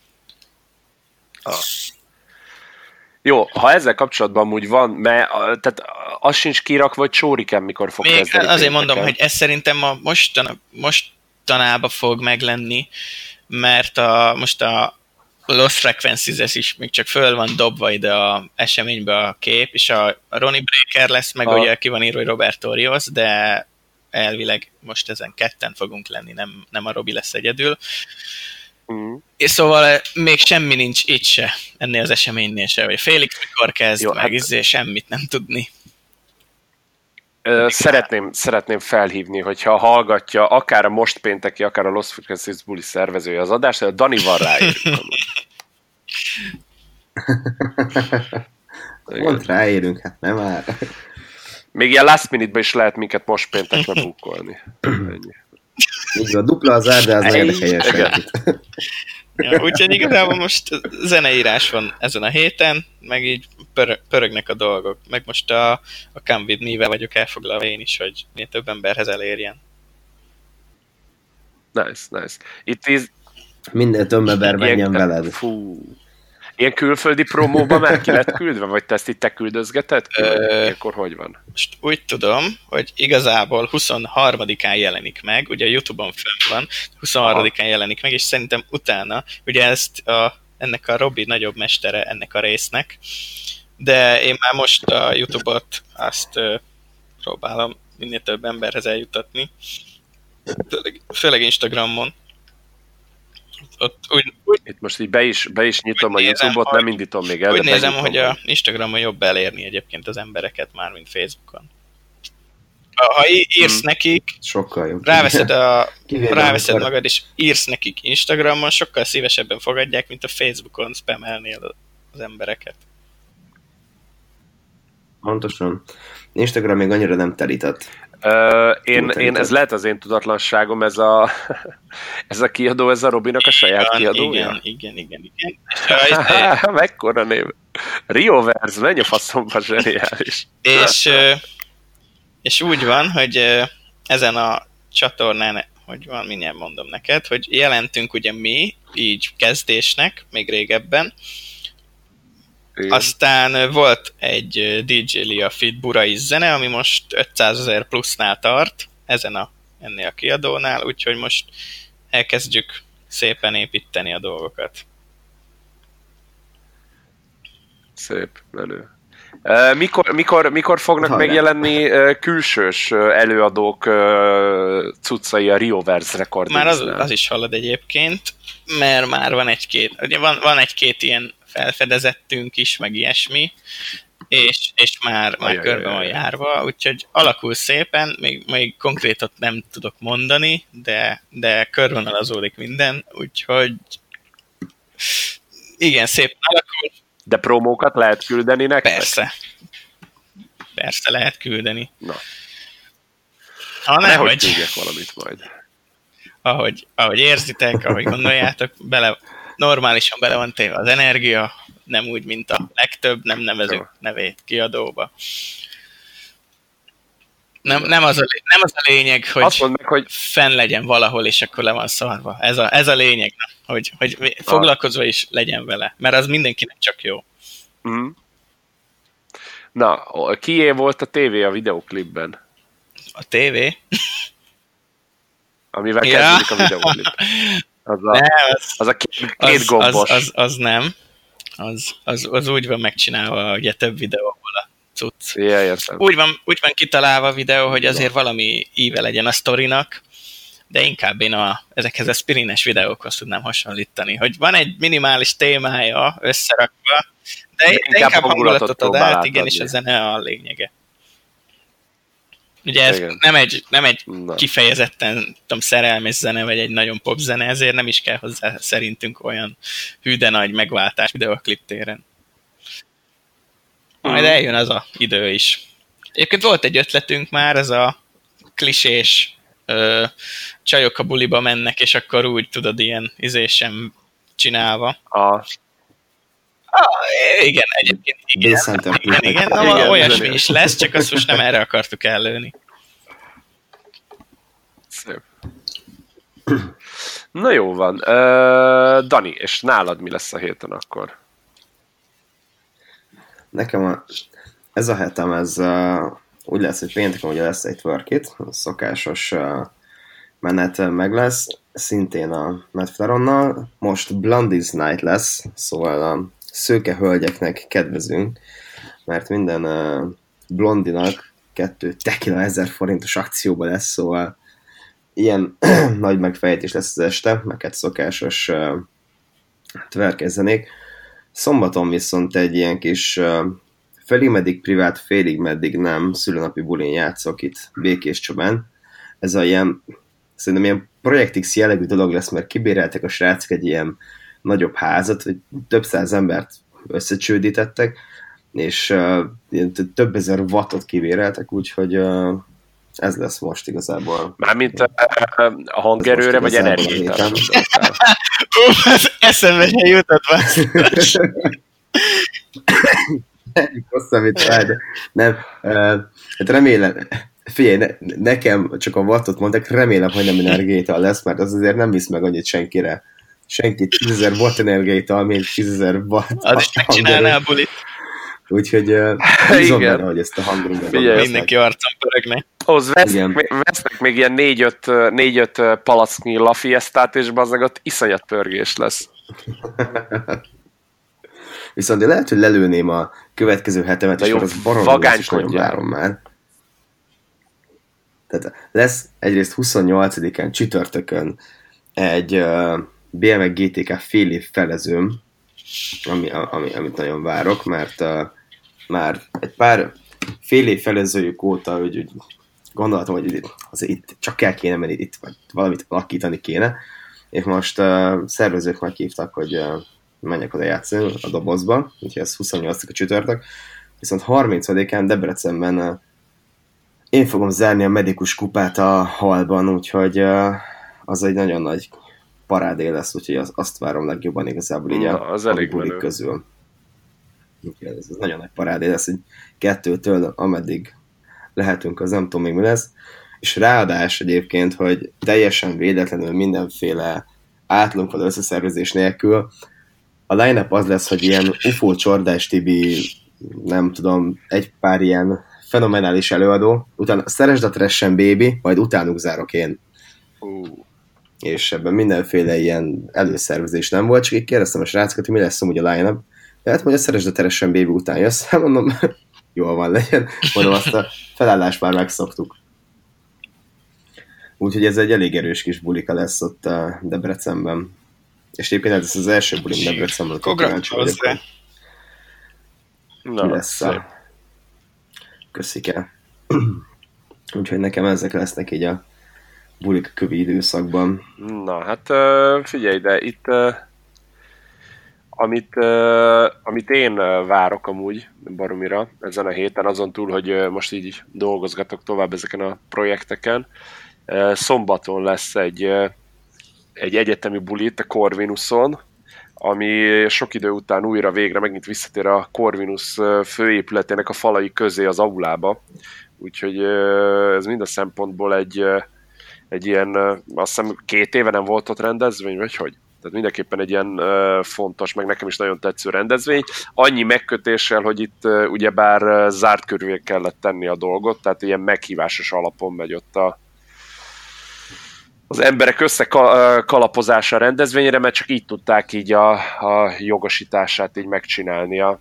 Jó, ha ezzel kapcsolatban amúgy van, tehát az sincs kirakva, hogy Csóriken mikor fog kezdeni. Azért pénteken. Mondom, hogy ez szerintem a mostanában fog meglenni, mert most a Lost Frequencies is még csak föl van dobva ide a eseménybe a kép, és a Ronnie Breaker lesz, meg ugye ki van írva, hogy Roberto Rios, de elvileg most ezen ketten fogunk lenni, nem a Robi lesz egyedül. És szóval még semmi nincs itt se, ennél az eseménynél se, vagy Félix mikor kezd, jó, meg semmit nem tudni. Szeretném felhívni, hogyha hallgatja akár a most pénteki, akár a Lost Frequencies buli szervezője az adást, a Danival ráérünk. Pont ráérünk, hát nem már. Még ilyen last minute-ben is lehet minket most péntekre bukkolni. Így van, dupla az ár, de az nagyon helyes. Úgyhogy igazából most zeneírás van ezen a héten, meg így pörögnek a dolgok. Meg most a Come With Me-vel vagyok elfoglalva én is, hogy minél több emberhez elérjen. Nice. Minden több ember menjen veled. Fú. Ilyen külföldi promóba már ki lett küldve, vagy te ezt itt te küldözgeted ki? Akkor hogy van? Most úgy tudom, hogy igazából 23-án jelenik meg, ugye a YouTube-on fönn van, 23-án jelenik meg, és szerintem utána, ugye ennek a Robi nagyobb mestere ennek a résznek, de én már most a YouTube-ot azt próbálom minél több emberhez eljutatni, főleg Instagramon. Ott itt most így be is nyitom a YouTube-ot, nem indítom még el. Úgy nézem, hogy a Instagramon jobb elérni egyébként az embereket már, mint Facebookon. Ha írsz nekik, sokkal jobb. Ráveszed magad, és írsz nekik Instagramon, sokkal szívesebben fogadják, mint a Facebookon spamelnél az embereket. Pontosan. Instagram még annyira nem telített. Én ez lehet az én tudatlanságom, ez a kiadó, ez a Robinak a saját kiadója? Igen. Mekkora név? Rioverse, menj a faszomba, zseniális. És úgy van, hogy ezen a csatornán, hogy van, mindjárt mondom neked, hogy jelentünk ugye mi, így kezdésnek, még régebben. Aztán volt egy DJ Lia Fit Burai zene, ami most 500 000 plusznál tart, ennél a kiadónál, úgyhogy most elkezdjük szépen építeni a dolgokat. Szép, menő. Mikor fognak megjelenni külsős előadók cuccai a Rioverse Recordingsnál? Már az is hallod egyébként, mert már van egy-két ilyen felfedezettünk is, meg ilyesmi, és már körbe van járva, úgyhogy alakul szépen, még konkrétat nem tudok mondani, de körvonalazódik minden, úgyhogy igen, szépen alakul. De promókat lehet küldeni nektek? Persze lehet küldeni. Na. Nehogy küldjek valamit majd. Ahogy érzitek, ahogy gondoljátok, normálisan bele van téve az energia, nem úgy, mint a legtöbb, nem nevezünk nevét kiadóba. Nem az a lényeg, hogy fenn legyen valahol, és akkor le van szarva. Ez a lényeg, hogy foglalkozva is legyen vele, mert az mindenkinek csak jó. Mm. Na, kié volt a tévé a videoklipben? A tévé? Amivel kezdődik a videoklip. Az a két gombos. Az nem. Az úgy van megcsinálva, ugye több videóból a cucc. Úgy van kitalálva a videó, hogy azért valami íve legyen a sztorinak, de inkább én ezekhez a spirines videókhoz tudnám hasonlítani, hogy van egy minimális témája összerakva, de inkább hangulatot ad át, igen, és a zene a lényege. Ugye ez nem egy kifejezetten szerelmes zene, vagy egy nagyon pop zene, ezért nem is kell hozzá szerintünk olyan hű de nagy megváltás videoklip téren. Majd eljön az a idő is. Egyébként volt egy ötletünk már, ez a klisés csajok a buliba mennek, és akkor úgy tudod, ilyen izésem csinálva. Igen, egyébként igen. Na, olyasmi is lesz, csak azt most nem erre akartuk ellőni. Szép. Na jó van. Dani, és nálad mi lesz a héten akkor? Nekem ez a hetem, ez úgy lesz, hogy pénteken ugye lesz egy twerk-it, a szokásos menet meg lesz, szintén a Medflaronnal. Most Blondies Night lesz, szóval a szőke hölgyeknek kedvezünk, mert minden blondinak 2 tequila 1000 forintos akcióba lesz, szóval ilyen nagy megfejtés lesz az este, meg egy szokásos twerkezzenék. Szombaton viszont egy ilyen kis félig meddig privát, félig meddig nem szülőnapi bulin játszok itt Békés Csabán. Ez a ilyen, szerintem ilyen Projekt X jellegű dolog lesz, mert kibéreltek a srácok egy ilyen nagyobb házat, hogy több száz embert összecsődítettek, és több ezer wattot kibéreltek, úgyhogy ez lesz most igazából. Mármint a hangerőre, vagy energiát? Eszembe se jutott Nem, hát remélem, figyelj, nekem csak a wattot mondták, remélem, hogy nem energiától lesz, mert az azért nem visz meg annyit senkire senki 10.000 watt energiaital, még 10.000 watt az is megcsinálná a bulit. Úgyhogy bízom benne, hogy ezt a hangot mindenki arcon pörögne. Ahhoz vesznek még ilyen 4-5 palacknyi La Fiestát, és bazdmeg ott iszonyat pörgés lesz. Viszont én lehet, hogy lelőném a következő hetemet, és az barom lesz, és nagyon várom már. Tehát lesz egyrészt 28-án csütörtökön egy BMW GTK fél év felezőm, amit nagyon várok, mert már egy pár fél év felezőjük óta, hogy gondoltam, hogy azért itt csak kell kéne menni, itt valamit alakítani kéne, és most szervezők meghívtak, hogy menjek oda játszani a dobozba, úgyhogy ez 28 a csütörtök, viszont 30-án Debrecenben én fogom zárni a medikus kupát a halban, úgyhogy az egy nagyon nagy parádé lesz, úgyhogy azt várom legjobban igazából így a bulik közül. Ez nagyon nagy parádé lesz, hogy 2-től ameddig lehetünk, az nem tudom még mi lesz. És ráadás egyébként, hogy teljesen véletlenül mindenféle átlunk összeszervezés nélkül a line-up az lesz, hogy ilyen UFO Csordás Tibi, nem tudom, egy pár ilyen fenomenális előadó, utána Szeresd a Trash-en Baby, majd utánuk zárok én. És ebben mindenféle ilyen előszervezés nem volt, csak így kérdeztem a srácokat, hogy mi lesz amúgy a line-up. Tehát, hogy a Szeresd a Trash-en Baby után jössz, mondom, jól van, legyen. Mondom, azt a felállást már megszoktuk. Úgyhogy ez egy elég erős kis bulika lesz ott a Debrecenben. És egyébként ez az első bulim Debrecenben. Gratulálok. Mi lesz a... Köszike. Úgyhogy nekem ezek lesznek így a bulik kövi időszakban. Na, hát figyelj, de itt amit én várok amúgy baromira ezen a héten, azon túl, hogy most így dolgozgatok tovább ezeken a projekteken, szombaton lesz egy egyetemi buli itt a Corvinuson, ami sok idő után újra végre megint visszatér a Corvinus főépületének a falai közé az aulába. Úgyhogy ez mind a szempontból egy ilyen, azt hiszem 2 éve nem volt ott rendezvény, vagy hogy? Tehát mindenképpen egy ilyen fontos, meg nekem is nagyon tetsző rendezvény. Annyi megkötéssel, hogy itt ugyebár zárt körül kellett tenni a dolgot, tehát ilyen meghívásos alapon megy ott az emberek összekalapozása a rendezvényre, mert csak így tudták így a jogosítását így megcsinálni a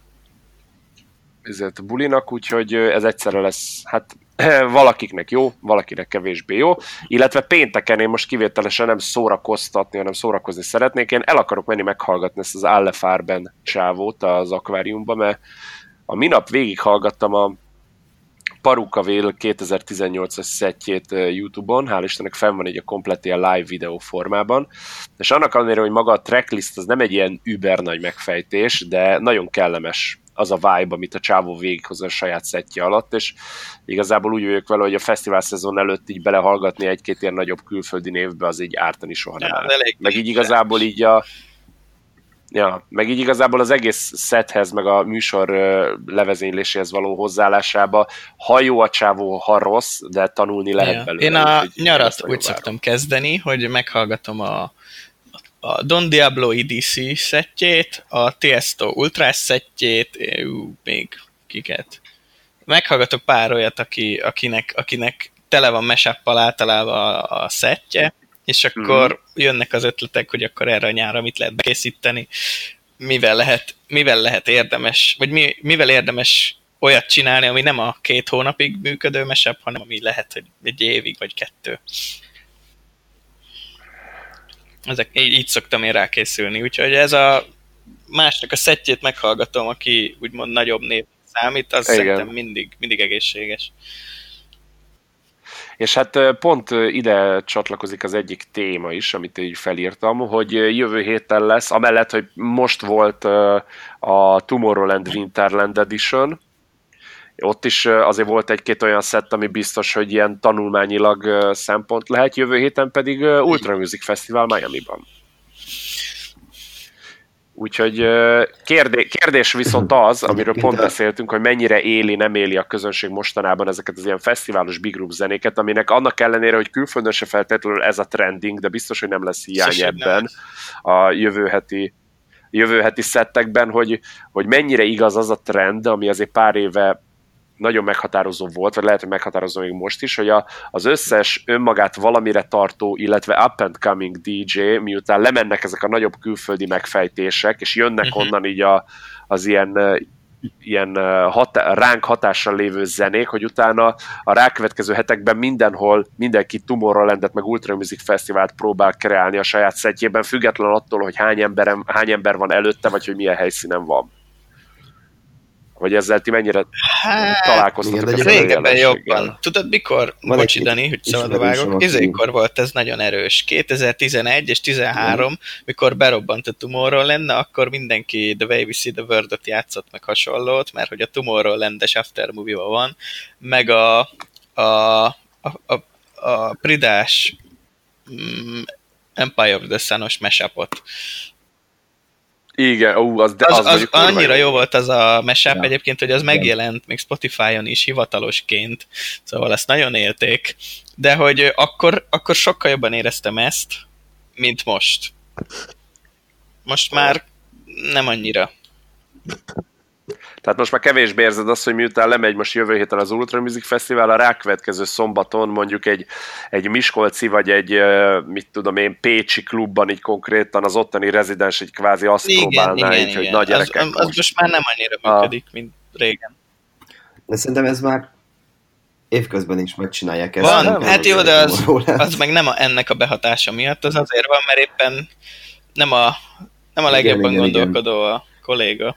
bulinak, úgyhogy ez egyszerre lesz, hát valakiknek jó, valakinek kevésbé jó, illetve pénteken én most kivételesen nem szórakoztatni, hanem szórakozni szeretnék, én el akarok menni meghallgatni ezt az Allefárben csávót az akváriumban, mert a minap végighallgattam a Parukavél 2018-as szettjét YouTube-on, hál' Istennek fenn van egy a komplett ilyen live videó formában, és annak ellenére, hogy maga a tracklist az nem egy ilyen über nagy megfejtés, de nagyon kellemes az a vibe, amit a csávó végighoz a saját szettje alatt, és igazából úgy vagyok vele, hogy a fesztivál szezon előtt így belehallgatni egy-két ilyen nagyobb külföldi névbe, az így ártani soha nem áll. Meg így igazából így meg így igazából az egész szethez, meg a műsor levezényléséhez való hozzáállásába, ha jó a csávó, ha rossz, de tanulni lehet belőle. Én a nyarat úgy szoktam kezdeni, hogy meghallgatom a Don Diablo EDC szettjét, a Tiesto Ultras szettjét, még kiket. Meghallgatok pár olyat, akinek tele van mashuppal általában a szettje, és akkor jönnek az ötletek, hogy akkor erre a nyárra mit lehet bekészíteni, mivel lehet érdemes, vagy mivel érdemes olyat csinálni, ami nem a 2 hónapig működő mashup, hanem ami lehet, hogy 1 évig, vagy 2. Így szoktam én rákészülni, úgyhogy ez a másnak a szettjét meghallgatom, aki úgymond nagyobb név számít, az szerintem mindig egészséges. És hát pont ide csatlakozik az egyik téma is, amit így felírtam, hogy jövő héten lesz, amellett, hogy most volt a Tomorrowland Winterland Edition, ott is azért volt egy-két olyan szett, ami biztos, hogy ilyen tanulmányilag szempont lehet, jövő héten pedig Ultra Music Festival Miami-ban. Úgyhogy kérdés viszont az, amiről pont beszéltünk, hogy mennyire éli, nem éli a közönség mostanában ezeket az ilyen fesztiválos big group zenéket, aminek annak ellenére, hogy külföldön se feltétlenül ez a trending, de biztos, hogy nem lesz hiány ebben a jövő heti szettekben, hogy mennyire igaz az a trend, ami azért pár éve nagyon meghatározó volt, vagy lehet, hogy meghatározó még most is, hogy az összes önmagát valamire tartó, illetve up and coming DJ, miután lemennek ezek a nagyobb külföldi megfejtések, és jönnek onnan így az ilyen ránk hatással lévő zenék, hogy utána a rákövetkező hetekben mindenhol mindenki Tomorrowlandet meg Ultra Music Fesztivált próbál kreálni a saját szettjében, függetlenül attól, hogy hány ember van előtte, vagy hogy milyen helyszínen van. Vagy ezzel ti mennyire találkoztatok ezzel a régebben jobban. Tudod, mikor, bocsi Dani, hogy szabadba vágok, izékor volt ez nagyon erős. 2011 és 2013, mikor berobbant a Tomorrowland, akkor mindenki The Way We See the World-ot játszott, meg hasonlót, mert hogy a Tomorrowland-es aftermovie-ban van, meg a Pridás Empire of the Sun-os mashup-ot. Igen, az annyira jó volt az a mashup egyébként, hogy az megjelent még Spotify-on is hivatalosként, szóval ezt nagyon élték, de hogy akkor sokkal jobban éreztem ezt, mint most. Most már nem annyira. Tehát most már kevésbé érzed azt, hogy miután lemegy most jövő héten az Ultra Music Fesztivál, a rákövetkező szombaton mondjuk egy miskolci, vagy egy, mit tudom én, pécsi klubban így konkrétan az ottani rezidens egy kvázi azt próbálná, így, hogy nagy gyerekek az most már nem annyira működik, mint régen. De szerintem ez már évközben is megcsinálják ezt. Van, hát jó, de az meg nem ennek a behatása miatt, az azért van, mert éppen nem a legjobban gondolkodó a kolléga.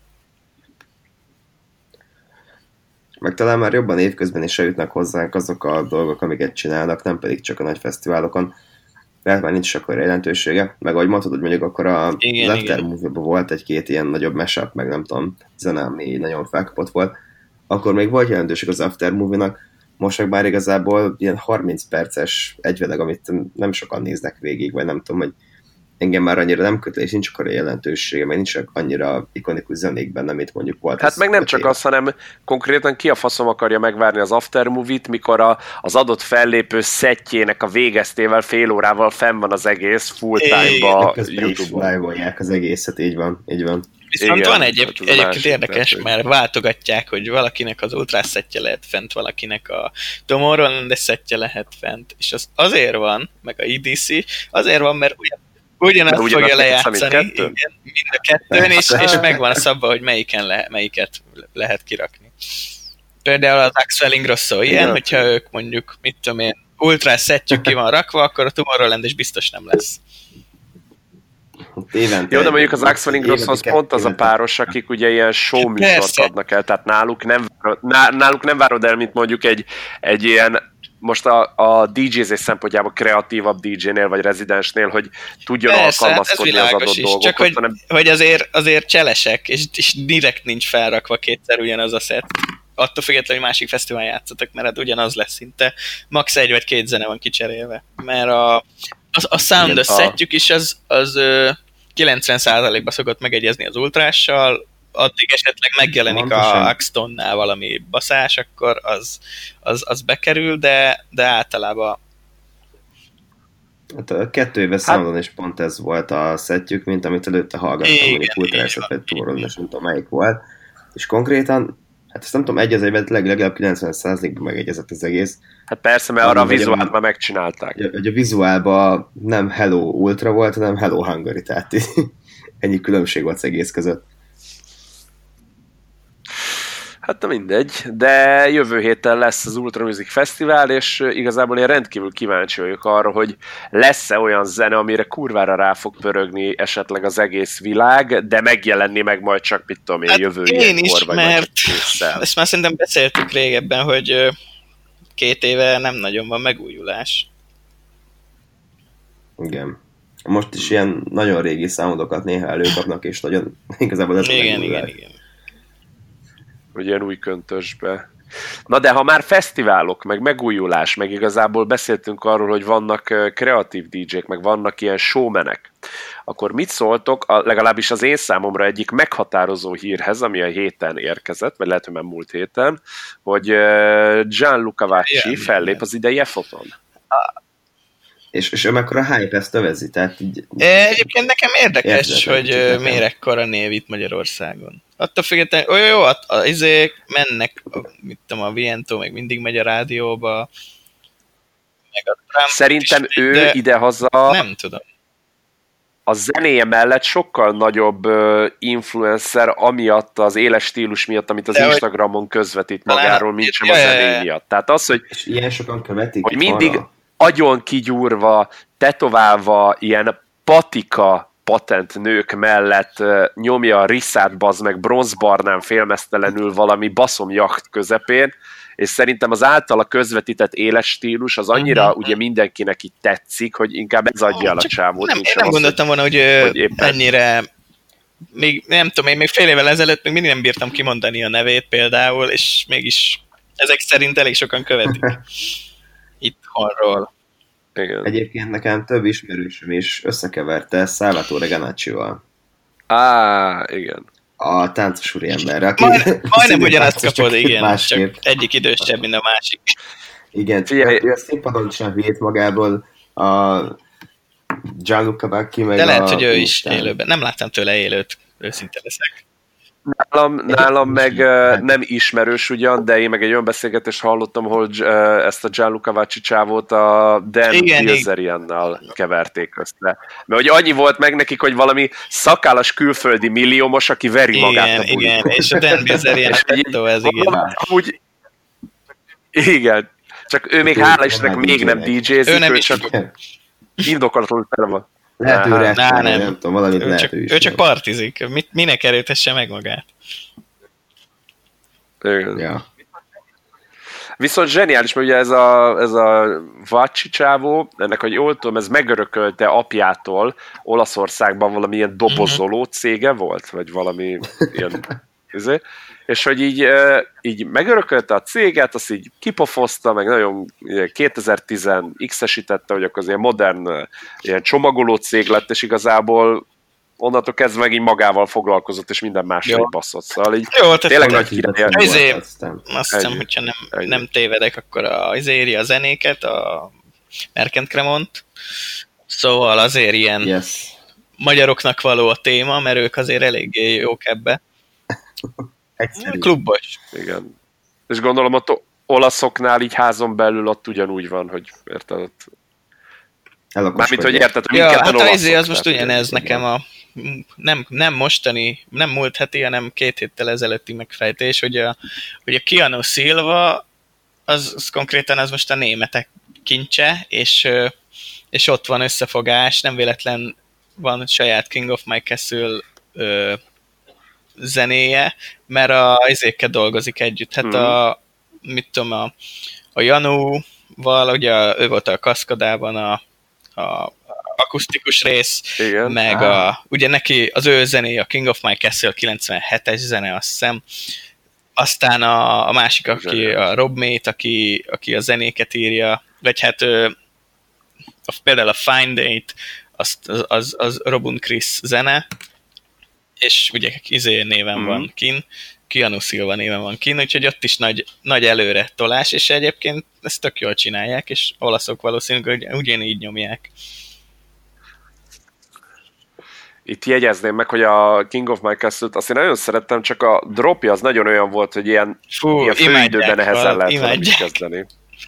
Meg talán már jobban évközben is eljutnak hozzánk azok a dolgok, amiket csinálnak, nem pedig csak a nagy fesztiválokon. Mert már nincs akkor jelentősége. Meg ahogy mondtad, hogy mondjuk akkor az Aftermovie-ban volt egy-két ilyen nagyobb mashup, meg nem tudom, zene, ami nagyon felkapott volt. Akkor még volt jelentőség az Aftermovie-nak, most meg már igazából ilyen 30 perces egyveleg, amit nem sokan néznek végig, vagy nem tudom, hogy engem már annyira nem köt, és nincs akkor a jelentősége, mert nincs annyira ikonikus zenék benne, mint mondjuk volt. Hát meg nem csak az, hanem konkrétan ki a faszom akarja megvárni az aftermovie-t, mikor az adott fellépő szettjének a végeztével fél órával fenn van az egész full time-ba YouTube-on. Live-olják az egészet, így van. Viszont van egyébként érdekes, mert váltogatják, hogy valakinek az Ultra szettje lehet fent, valakinek a Tomorrowland szettje lehet fent, és az azért van, meg a EDC, azért van, mert ugyanazt fogja lejátszani, igen, mind a kettőn, és megvan szabva, hogy melyiket lehet kirakni. Például az Axwellingról szól ilyen, hogyha ők mondjuk, mit tudom én, Ultra szettjük ki van rakva, akkor a Tomorrowland is biztos nem lesz. Jó, de mondjuk az Axwelling Rosszhoz pont az a páros, akik ugye ilyen show műsort adnak el, tehát náluk nem várod el, mint mondjuk egy ilyen, most a DJ-zés szempontjából kreatívabb DJ-nél vagy rezidensnél, hogy tudjon alkalmazkodni az adott dolgokhoz. Csak hogy azért cselesek, és direkt nincs felrakva kétszer ugyanaz a szett. Attól függetlenül, hogy másik fesztivál játszatok, mert hát ugyanaz lesz szinte. Max 1 vagy 2 zene van kicserélve. Mert a sound szettjük is az 90%-ban szokott megegyezni az ultrással, addig esetleg megjelenik a Axtonnál valami baszás, akkor az bekerül, de általában... Hát a 2 éves számodon is pont ez volt a szettjük, mint amit előtte hallgattam, mondjuk ultrásot, vagy túron, és nem tudom melyik volt. És konkrétan, hát ezt nem tudom, egy az egyben legalább 90%-ban megegyezett az egész. Hát persze, mert arra a vizuált már megcsinálták. Hogy a vizuálban nem Hello Ultra volt, hanem Hello Hungary, tehát ennyi különbség volt az egész között. Hát mindegy, de jövő héten lesz az Ultra Music Fesztivál, és igazából én rendkívül kíváncsi vagyok arra, hogy lesz-e olyan zene, amire kurvára rá fog pörögni esetleg az egész világ, de megjelenni meg majd csak, mit tudom én, jövő ilyenkor, vagy mert ezt már szerintem beszéltük régebben, hogy 2 éve nem nagyon van megújulás. Igen. Most is ilyen nagyon régi számodokat néha előkapnak, és nagyon igazából ez igen. Hogy ilyen új köntösbe. Na de ha már fesztiválok, meg megújulás, meg igazából beszéltünk arról, hogy vannak kreatív DJ-k, meg vannak ilyen showmenek, akkor mit szóltok, legalábbis az én számomra egyik meghatározó hírhez, ami a héten érkezett, vagy lehet, hogy már múlt héten, hogy Gianluca Vacci fellép az idei EFOT-on. És ő mekkora hype ezt övezi, tehát így... Egyébként nekem érdekes, hogy miért ekkora név itt Magyarországon. Attól függetlenül, jó, izék mennek, mit tudom, a Viento még mindig megy a rádióba, meg a Trump Szerintem is, ő idehaza nem tudom. A zenéje mellett sokkal nagyobb influencer, amiatt az éles stílus miatt, amit az Instagramon közvetít magáról, mint sem a zené miatt. Tehát az, hogy, és ilyen sokan követik, hogy mindig agyon kigyúrva, tetoválva, ilyen patika patent nők mellett nyomja a riszát, bazd meg bronzbarnán félmeztelenül valami baszomjacht közepén, és szerintem az általa közvetített éles stílus az annyira ugye mindenkinek így tetszik, hogy inkább ez adja el a csávót. Én nem gondoltam volna, hogy ennyire még nem tudom, én még fél évvel ezelőtt még mindig nem bírtam kimondani a nevét például, és mégis ezek szerint elég sokan követik itthonról. Igen. Egyébként nekem több ismerősöm is összekeverte Salvatore Ganaccival. Igen. A táncos úriemberre. Majdnem ugyanazt kapod, igen, csak egyik idősebb, mint a másik. Igen, ő a színpadon sem hét magából a Gianluca Vacci, meg de lehet, hogy ő is élőben. Nem láttam tőle élőt, őszinte leszek. Nálam meg nem ismerős ugyan, de én meg egy olyan beszélgetést hallottam, hogy ezt a Gianluca Vacci csávót a Dan Bilzeriannal keverték össze. Mert hogy annyi volt meg nekik, hogy valami szakállas külföldi milliómos, aki veri magát a bulikon. Igen, és a Dan Bilzerian ez igen. Amúgy, igen, csak ő még hála Istennek még nem DJ-zik, ő csak indokolatlanul fel van. Lehet ő nem tudom, valamit lehet ő is. Ő csak partizik, minek erőtesse meg magát. Igen. Ja. Viszont zseniális, mert ugye ez a Vacci csávó, ennek, hogy jól tudom, ez megörökölte apjától Olaszországban valamilyen dobozoló cége volt, vagy valami ilyen... és hogy így megörökölte a céget, azt így kipofozta, meg nagyon 2010-esítette, hogy akkor az ilyen modern ilyen csomagoló cég lett, és igazából onnantól kezdve meg így magával foglalkozott, és minden másra baszott. Szóval így jó, tényleg nagy király. Azt hiszem, hogyha nem tévedek, akkor éri a zenéket, a Merkent Cremont, szóval azért ilyen magyaroknak való a téma, mert ők azért eléggé jók ebbe. Klubos. Igen. És gondolom ott olaszoknál így házon belül ott ugyanúgy van, hogy érted ott... Mármint, hogy érted, hogy minket hát az most ugyanez nekem nem mostani, nem múlt heti, hanem 2 héttel ezelőtti megfejtés, hogy a Keanu Silva az konkrétan az most a németek kincse, és ott van összefogás, nem véletlen van saját King of My Castle zenéje, mert ezékkel dolgozik együtt. Hát mit tudom, a Janúval, ugye ő volt a Kaszkadában a akusztikus rész, igen. Meg ugye neki az ő zenéje, a King of My Castle 97-es zene, azt hiszem. Aztán a másik, aki a Rob Mate, aki a zenéket írja, vagy hát például a Fine Date, az Robun Chris zene, és ugye néven van kin, Keanu Silva néven van kin, úgyhogy ott is nagy előre tolás, és egyébként ezt tök jól csinálják, és olaszok valószínűleg ugyanígy nyomják. Itt jegyezném meg, hogy a King of My Castle-t azt én nagyon szerettem, csak a dropja az nagyon olyan volt, hogy ilyen főidőben nehezen lehet valamit kezdeni.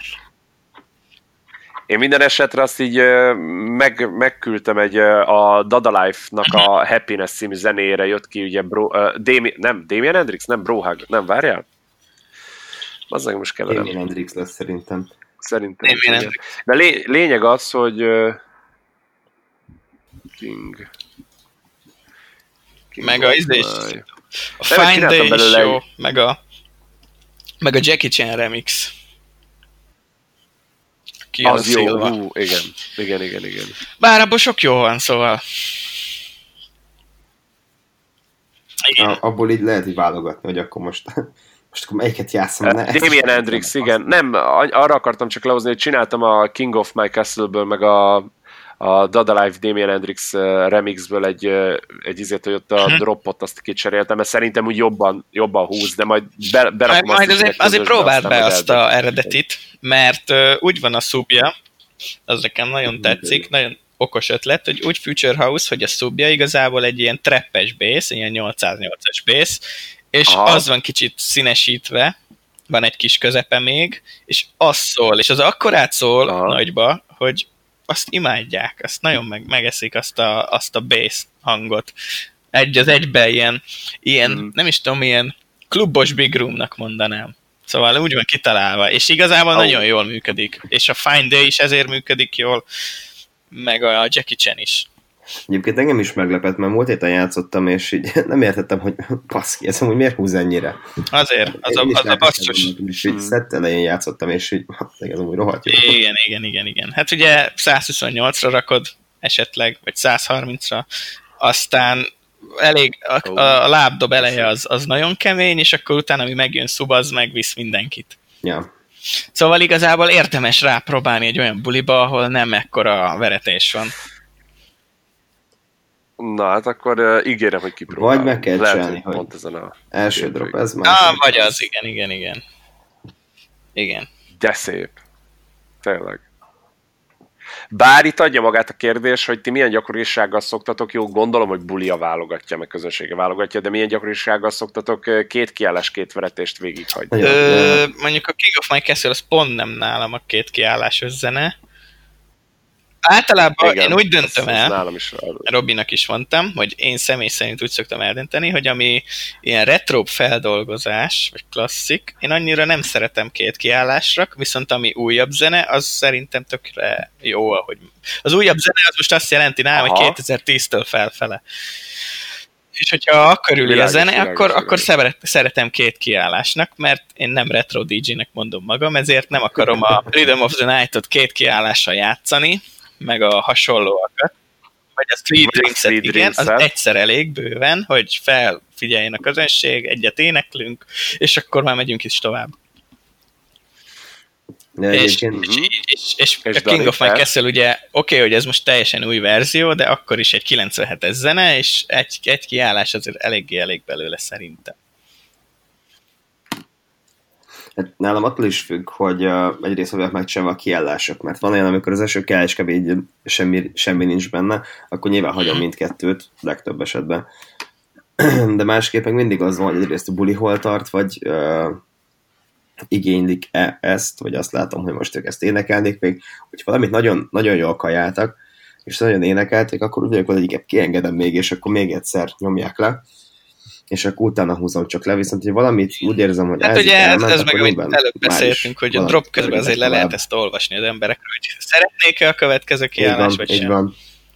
Én minden esetre azt így megküldtem a Dada Life-nak a Happiness című zenéjére jött ki, ugye Damien Hendrix? Nem, Brohag, nem, várjál? Azzal most kellene. Damien Hendrix lesz szerintem. Szerintem. De lényeg az, hogy King meg a Fine Day is jó, meg a Jackie Chan remix. Az jó, igen. Bár abban sok jó van, szóval. Abból így lehet így válogatni, hogy akkor most Most akkor melyiket játszom? Damien Hendrix, igen. Nem, arra akartam csak lehozni, hogy csináltam a King of My Castle-ből, meg a Dada Life Damien Hendrix remixből egy izét, hogy ott a droppot azt kicseréltem, mert szerintem úgy jobban húz, de majd berakom majd azért próbáld be azt a eredetit, mert úgy van a szubja, az nekem nagyon tetszik, nagyon okos ötlet, hogy úgy Future House, hogy a szubja igazából egy ilyen trappes bass, ilyen 808-as bass, és az van kicsit színesítve, van egy kis közepe még, és az szól, és az akkorát szól nagyba, hogy azt imádják, azt nagyon megeszik azt a bass hangot. Egy az egybe ilyen nem is tudom, ilyen klubos big roomnak mondanám. Szóval úgy van kitalálva, és igazából nagyon jól működik. És a Fine Day is ezért működik jól, meg a Jackie Chan is. Egyébként engem is meglepett, mert múlt héten játszottam, és így nem értettem, hogy baszki, ez amúgy miért húz ennyire? Azért, az a basszus. És így szett elején játszottam, és így, ez amúgy rohadt jó. Igen. Hát ugye 128-ra rakod esetleg, vagy 130-ra, aztán elég, a lábdob eleje az nagyon kemény, és akkor utána, ami megjön szub, az megvisz mindenkit. Ja. Szóval igazából érdemes rápróbálni egy olyan buliba, ahol nem ekkora veretés van. Na, hát akkor ígérem, hogy kipróbálom. Vagy meg kell csinálni, hogy pont ezen a első drop, ez már. Vagy az, igen. De szép. Tényleg. Bár itt adja magát a kérdés, hogy ti milyen gyakorisággal szoktatok, jó, gondolom, hogy bulia válogatja, meg közönsége válogatja, de milyen gyakorisággal szoktatok két kiállás, két veretést végighagyni? Mondjuk a King of My Castle az pont nem nálam a két kiállásos zene. Általában igen, én úgy döntöm el, Robinak is mondtam, hogy én személy szerint úgy szoktam eldönteni, hogy ami ilyen retro feldolgozás, vagy klasszik, én annyira nem szeretem két kiállásra, viszont ami újabb zene, az szerintem tökre jó, ahogy... Az újabb zene az most azt jelenti nálam, hogy 2010-től felfele. És hogyha akkörüli a zene, akkor szeretem két kiállásnak, mert én nem retro DJ-nek mondom magam, ezért nem akarom a Rhythm of the Night-ot két kiállással játszani, meg a hasonlóakat, vagy a Street Drinks-et, igen, az egyszer elég bőven, hogy felfigyeljen a közönség, egyet éneklünk, és akkor már megyünk is tovább. És a King of My Castle ugye, oké, hogy ez most teljesen új verzió, de akkor is egy 97-es zene, és egy kiállás azért eléggé elég belőle szerintem. Hát nálam attól is függ, hogy egyrészt vagyok megcsinálva a kiállások, mert van olyan, amikor az első kiállás kb. Semmi nincs benne, akkor nyilván hagyom mindkettőt, legtöbb esetben. De másképp meg mindig az van, hogy egyrészt a buli hol tart, vagy igénylik-e ezt, vagy azt látom, hogy most ők ezt énekelnék még, hogy valamit nagyon, nagyon jól kajáltak, és nagyon énekelték, akkor úgy vagyok, hogy egyiket kiengedem még, és akkor még egyszer nyomják le, és akkor utána húzom csak le, viszont hogy valamit úgy érzem, hogy hát ugye ez meg, amit előbb beszéltünk, hogy a drop közben azért le lehet ezt olvasni az emberekről, hogy szeretnék-e a következő kiállás, vagy sem. Van.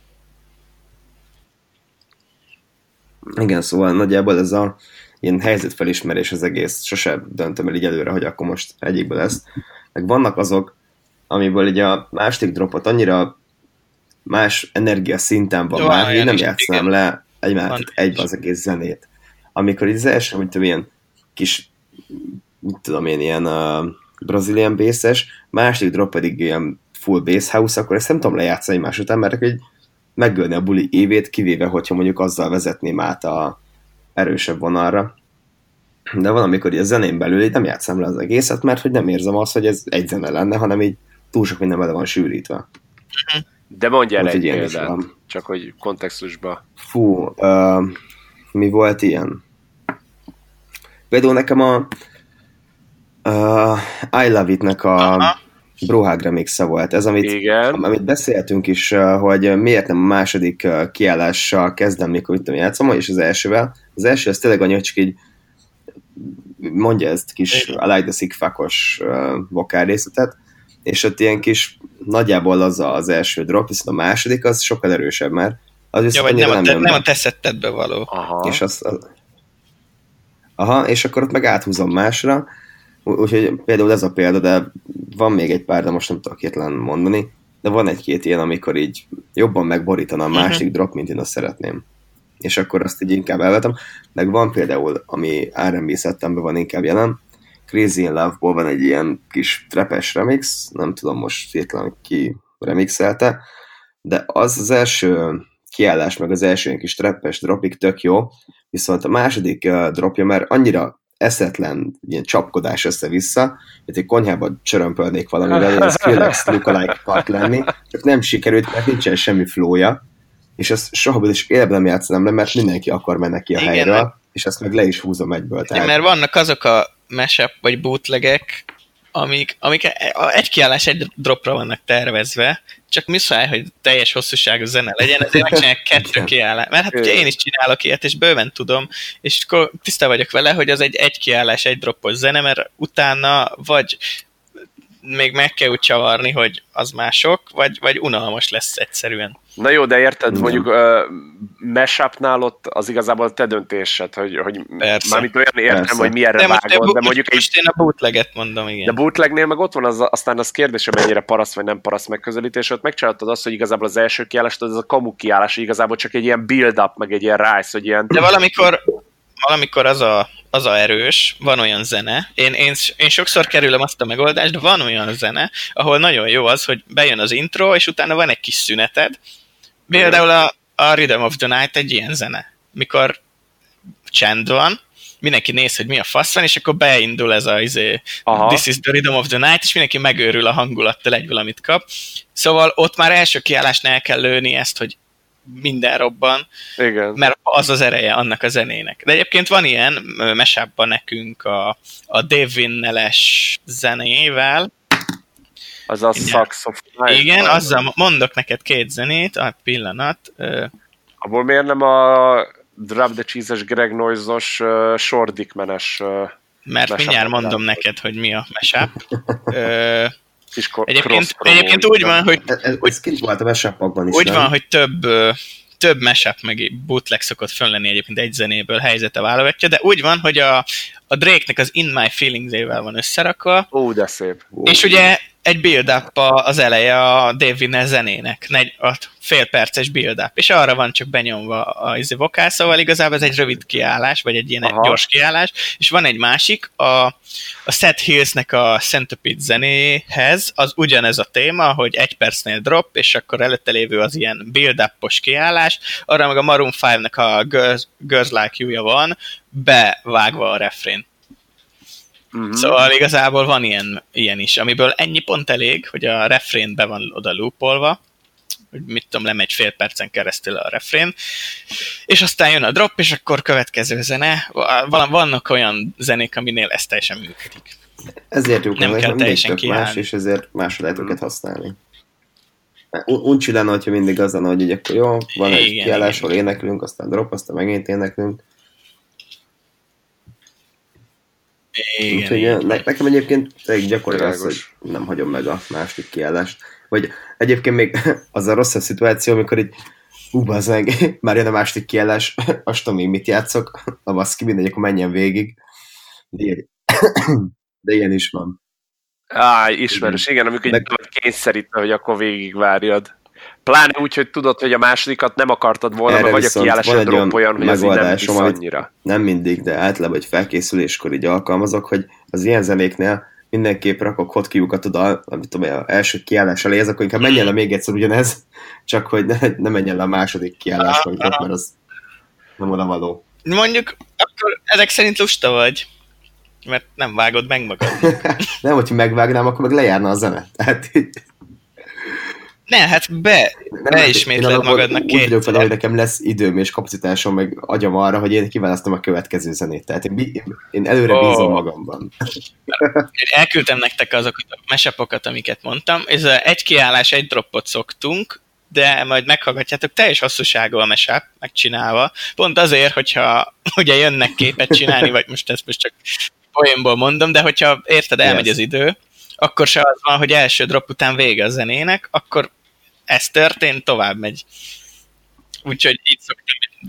Igen, szóval nagyjából ez a ilyen helyzetfelismerés az egész, sose döntöm el így előre, hogy akkor most egyikből lesz. Meg vannak azok, amiből így a második dropot annyira más energia szinten van már, hogy nem játszanám le egyben az egész zenét. Amikor így az első, mint ilyen kis, mit tudom én, ilyen brazilian bass-es, második drop pedig ilyen full bass house, akkor ezt nem tudom lejátszani egymás után, mert akkor így megölni a buli évét, kivéve, hogyha mondjuk azzal vezetném át a erősebb vonalra. De van, amikor így a zenén belül így nem játszom le az egészet, mert hogy nem érzem azt, hogy ez egy zene lenne, hanem így túl sok minden vele van sűrítve. De mondjál egy példát, csak hogy kontextusba. Fú, mi volt ilyen? Például nekem a I Love It-nek a Brohag remixe volt. Ez, amit beszéltünk is, hogy miért nem a második kiállással kezdem, mikor itt játszom, és az elsővel. Az első, az tényleg annyi, hogy csak így mondja ezt kis I Like the Sick Fuck-os vokál részletet, és ott ilyen kis, nagyjából az első drop, viszont a második az sokkal erősebb már. Az vagy nem a te szettedbe való. És és akkor ott meg áthúzom másra, úgyhogy például ez a példa, de van még egy pár, de most nem tudok hirtelen mondani, de van egy-két ilyen, amikor így jobban megborítana a másik drop, mint én azt szeretném. És akkor azt így inkább elvetem. Meg van például, ami R&B szettemben van inkább jelen, Crazy in Love-ból van egy ilyen kis trapes remix, nem tudom most hirtelen ki remixelte, de az első kiállás, meg az első ilyen kis trapes dropig tök jó, viszont a második dropja már annyira eszetlen, ilyen csapkodás össze-vissza, hogy egy konyhában csörömpölnék valamivel, ez Skrillex lookalike akart lenni, csak nem sikerült, mert nincsen semmi flowja, és ezt soha is élben nem játszanám le, mert mindenki akar menni ki a helyről, és ezt meg le is húzom egyből. Tehát... Mert vannak azok a mashup vagy bootlegek, amik egy kiállás egy dropra vannak tervezve, csak muszáj, hogy teljes hosszúságú zene legyen, ezért megcsinálják 2 kiállás. Mert hát ugye én is csinálok ilyet, és bőven tudom, és akkor tiszta vagyok vele, hogy az egy kiállás, egy droppos zene, mert utána vagy még meg kell úgy csavarni, hogy az mások, vagy unalmas lesz egyszerűen. Na jó, de érted, mondjuk mashup-nál ott az igazából te döntésed, hogy mármint olyan értem, hogy milyenre vágod, de mondjuk most én a bootleget mondom, igen. De bootlegnél meg ott van aztán az kérdés, hogy mennyire paraszt vagy nem paraszt megközelítés, ott megcsináltad azt, hogy igazából az első kiállás, az a kamu kiállás, igazából csak egy ilyen build-up, meg egy ilyen rise, hogy ilyen... De valamikor az a erős, van olyan zene, én sokszor kerülöm azt a megoldást, de van olyan zene, ahol nagyon jó az, hogy bejön az intro, és utána van egy kis szüneted. Például a Rhythm of the Night egy ilyen zene, mikor csend van, mindenki néz, hogy mi a fasz van, és akkor beindul ez a This is the Rhythm of the Night, és mindenki megőrül a hangulattal, egy valamit kap. Szóval ott már első kiállásnál el kell lőni ezt, hogy minden robban, igen. Mert az az ereje annak a zenének. De egyébként van ilyen mashup-ban nekünk a Dave Winnel-es zenével. Az a Sucks of Life. Igen, azzal mondok neked 2 zenét, a pillanat. Abból miért nem a Drop the Cheese-es Greg Noise-os Short Dickman-es mert mindjárt mondom neked, hogy mi a mashup. Egyébként úgy van, hogy... Ez kint volt a mashup-okban is, úgy van, hogy több mashup meg bootleg szokott föllenni egyébként egy zenéből helyzete válogatja, de úgy van, hogy a Drake-nek az In My Feelings-ével van összerakva. Ó, de szép. És ugye egy build-up az eleje a Dave Winnel zenének, a fél perces build-up, és arra van csak benyomva a vokál, szóval igazából ez egy rövid kiállás, vagy egy ilyen gyors kiállás, és van egy másik, a Seth Hillsnek a Centipede zenéhez, az ugyanez a téma, hogy 1 percnél drop, és akkor előtte lévő az ilyen build-up-os kiállás, arra meg a Maroon 5-nek a Girls Like You-ja van, bevágva a refrén. Mm-hmm. Szóval igazából van ilyen is, amiből ennyi pont elég, hogy a refrén be van oda loopolva, hogy mit tudom, lemegy fél percen keresztül a refrén, és aztán jön a drop, és akkor következő zene. Vannak olyan zenék, aminél ez teljesen működik. Ezért jók, nem kell teljesen kiállni. Más, és ezért máshogy lehet őket használni. Uncsi lenne, hogyha mindig az lenne, hogy akkor jó, van egy kiállás, ahol éneklünk, aztán drop, aztán megint éneklünk. Igen. Nekem egyébként elég gyakori az, hogy nem hagyom meg a második kiállást. Vagy egyébként még az a rosszabb szituáció, amikor így bazd meg, már jön a második kiállás, azt tudom én mit játszok, a baszki, mindegy, akkor menjen végig. De ilyen is van. Ismerős, igen, amikor egy kényszerítve, hogy akkor végigvárjad. Pláne úgy, hogy tudod, hogy a másodikat nem akartad volna, mert vagy a kiállásra drop olyan, hogy az így nem visz annyira. Nem mindig, de általában egy felkészüléskor így alkalmazok, hogy az ilyen zenéknél mindenképp rakok hotkeyukat oda, amit tudom, az első kiállás elé, akkor inkább menjen le még egyszer ugyanez, csak hogy ne menjen le a második kiállásra, mert az nem oda való. Mondjuk, akkor ezek szerint lusta vagy, mert nem vágod meg magad. Nem, hogyha megvágnám, akkor meg lejárna a zene. Tehát ne, hát beismétled magadnak kétszer. Úgy vagyok vele, hogy nekem lesz időm és kapacitásom, meg agyam arra, hogy én kiválasztom a következő zenét. Tehát én előre bízom magamban. Én elküldtem nektek azokat a mashupokat, amiket mondtam. Ez egy kiállás, egy droppot szoktunk, de majd meghallgatjátok teljes hosszúságú a mashup megcsinálva. Pont azért, hogyha ugye jönnek képet csinálni, vagy most csak poénból mondom, de hogyha érted, elmegy az idő, akkor se az van, hogy első drop után vége a zenének, akkor ez történt, tovább megy. Úgyhogy így szoktam.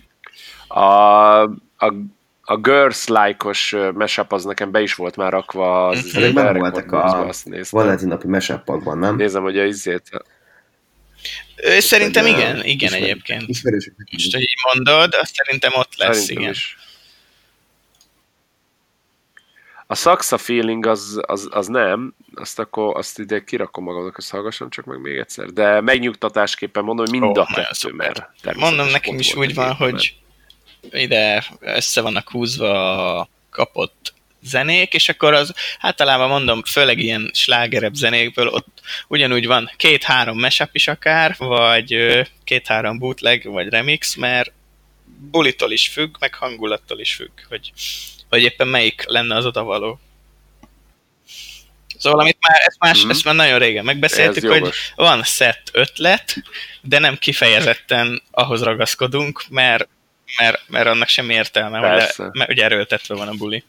A Girls Like-os mashup az nekem be is volt már rakva. Ezek nem voltak a Valentin napi mashup-okban, nem? Nézem, hogy a izét. Szerintem igen egyébként. Most, hogy így mondod, azt szerintem ott lesz, szerintem igen. Is. A Saxa Feeling az nem, azt ide kirakom magamnak, azt hallgassam csak meg még egyszer. De megnyugtatásképpen mondom, hogy mind a kettő, mert mondom, nekem is úgy van, hogy ide össze vannak húzva a kapott zenék, és akkor az általában mondom, főleg ilyen slágerebb zenékből ott ugyanúgy van 2-3 mashup is akár, vagy 2-3 bootleg, vagy remix, mert bulitól is függ, meg hangulattól is függ, hogy éppen melyik lenne az odavaló. Szóval amit ezt már nagyon régen megbeszéltük, hogy van set ötlet, de nem kifejezetten ahhoz ragaszkodunk, mert annak sem értelme, hogy erőltetve van a buli.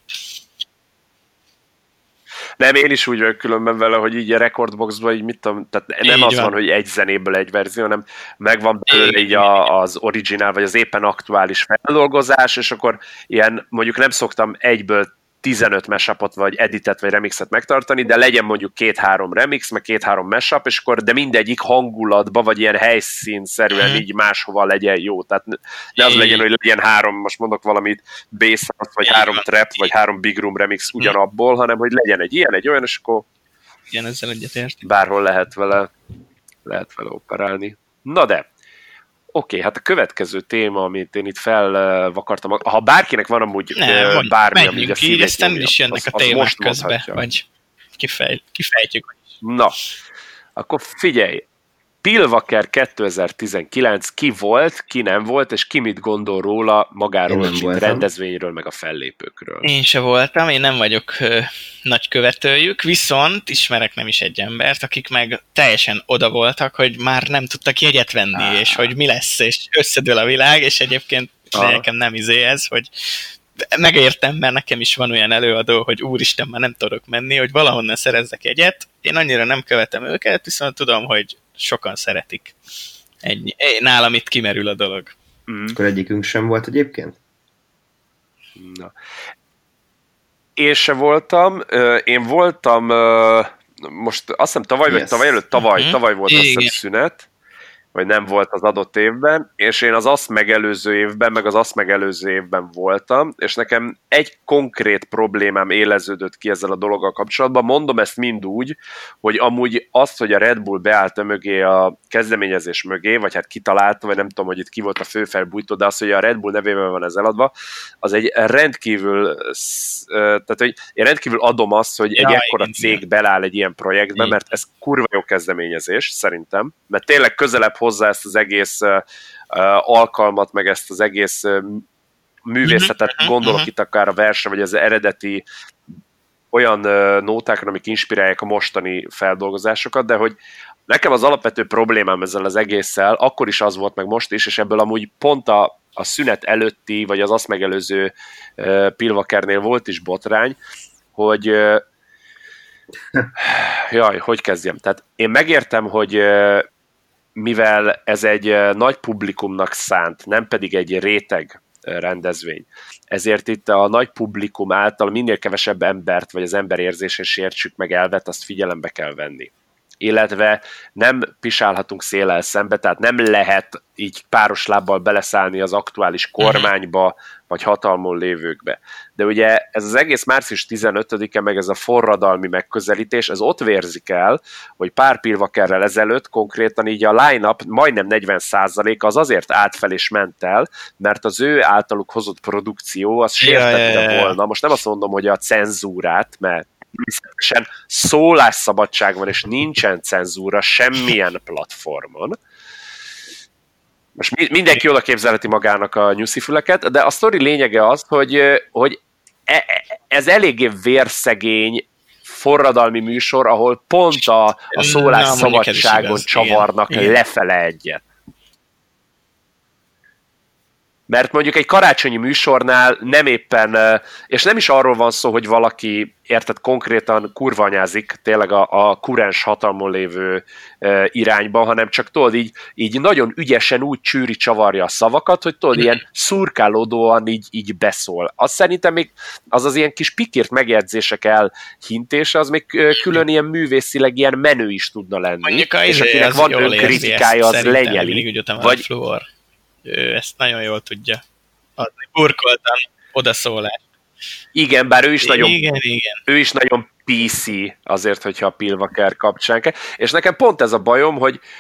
Nem, én is úgy vagyok különben vele, hogy így a Recordboxban így mit tudom, tehát nem így az van, hogy egy zenéből egy verzió, hanem megvan belőle így az originál, vagy az éppen aktuális feldolgozás, és akkor ilyen, mondjuk nem szoktam egyből 15 mashupot, vagy editet, vagy remixet megtartani, de legyen mondjuk 2-3 remix, meg 2-3 mashup, és akkor de mindegyik hangulatba, vagy ilyen helyszínszerűen így máshova legyen jó. Tehát ne az legyen, hogy legyen 3, most mondok valamit, bass, vagy 3 trap, vagy 3 big room remix ugyanabból, hanem hogy legyen egy ilyen, egy olyan, és akkor igen, ezzel egyetért. Bárhol lehet vele operálni. Na de, oké, hát a következő téma, amit én itt felvakartam, ha bárkinek van amúgy bármi, amíg a szívét aztán nyomja, is jönnek a témák közbe, mondhatja. Vagy kifejtjük. Na, akkor figyelj, Pilvaker 2019, ki volt, ki nem volt, és ki mit gondol róla, magáról a rendezvényről, meg a fellépőkről? Én se voltam, én nem vagyok nagy követőjük, viszont ismerek nem is egy embert, akik meg teljesen oda voltak, hogy már nem tudtak jegyet venni, és hogy mi lesz, és összedől a világ, és egyébként nekem nem ez, hogy megértem, mert nekem is van olyan előadó, hogy úristen, már nem tudok menni, hogy valahonnan szerezzek jegyet. Én annyira nem követem őket, viszont tudom, hogy sokan szeretik. Ennyi. Nálam itt kimerül a dolog. Akkor egyikünk sem volt egyébként? Na. Én se voltam. Én voltam most azt hiszem tavaly volt azt hiszem szünet, vagy nem volt az adott évben, és én az azt megelőző évben, meg az azt megelőző évben voltam, és nekem egy konkrét problémám éleződött ki ezzel a dologgal kapcsolatban. Mondom ezt mind úgy, hogy amúgy azt, hogy a Red Bull beállt mögé a kezdeményezés mögé, vagy hát kitalálta, vagy nem tudom, hogy itt ki volt a főfelbújtó, de az, hogy a Red Bull nevében van ez eladva, az egy rendkívül, tehát hogy én rendkívül adom azt, hogy egy ekkora cég beláll egy ilyen projektbe, mert ez kurva jó kezdeményezés, szerintem, mert tényleg közelebb hozzá ezt az egész alkalmat, meg ezt az egész művészetet, gondolok itt akár a verse, vagy az eredeti olyan nótákra, amik inspirálják a mostani feldolgozásokat, de hogy nekem az alapvető problémám ezzel az egésszel, akkor is az volt, meg most is, és ebből amúgy pont a szünet előtti, vagy az azt megelőző Pilvakernél volt is botrány, hogy hogy kezdjem? Tehát én megértem, hogy mivel ez egy nagy publikumnak szánt, nem pedig egy réteg rendezvény. Ezért itt a nagy publikum által minél kevesebb embert, vagy az ember érzését sértsük meg elvet, azt figyelembe kell venni. Illetve nem pisálhatunk széllel szembe, tehát nem lehet így páros lábbal beleszállni az aktuális kormányba, vagy hatalmon lévőkbe. De ugye ez az egész március 15-e, meg ez a forradalmi megközelítés, ez ott vérzik el, hogy pár Pilvakerrel ezelőtt konkrétan így a line-up majdnem 40%-a az azért állt fel és ment el, mert az ő általuk hozott produkció az sértette volna. Most nem azt mondom, hogy a cenzúrát, mert természetesen szólásszabadság van, és nincsen cenzúra semmilyen platformon. Most mindenki oda képzelheti magának a nyuszifüleket, de a sztori lényege az, hogy ez eléggé vérszegény forradalmi műsor, ahol pont a szólásszabadságon csavarnak lefele egyet. Mert mondjuk egy karácsonyi műsornál nem éppen, és nem is arról van szó, hogy valaki, érted, konkrétan kurvanyázik tényleg a kurens hatalmon lévő irányba, hanem csak tudod, így nagyon ügyesen úgy csűri, csavarja a szavakat, hogy tudod, ilyen szurkálódóan így beszól. Azt szerintem még az ilyen kis pikírt megjegyzések elhintése, az még külön ilyen művészileg ilyen menő is tudna lenni. És akinek van önkritikája, az lenyeli. Ő ezt nagyon jól tudja adni. Burkoltan odaszólás. Igen, bár ő is nagyon, Igen. ő is nagyon PC azért, hogyha a Pilvaker kapcsán kell. És nekem pont ez a bajom,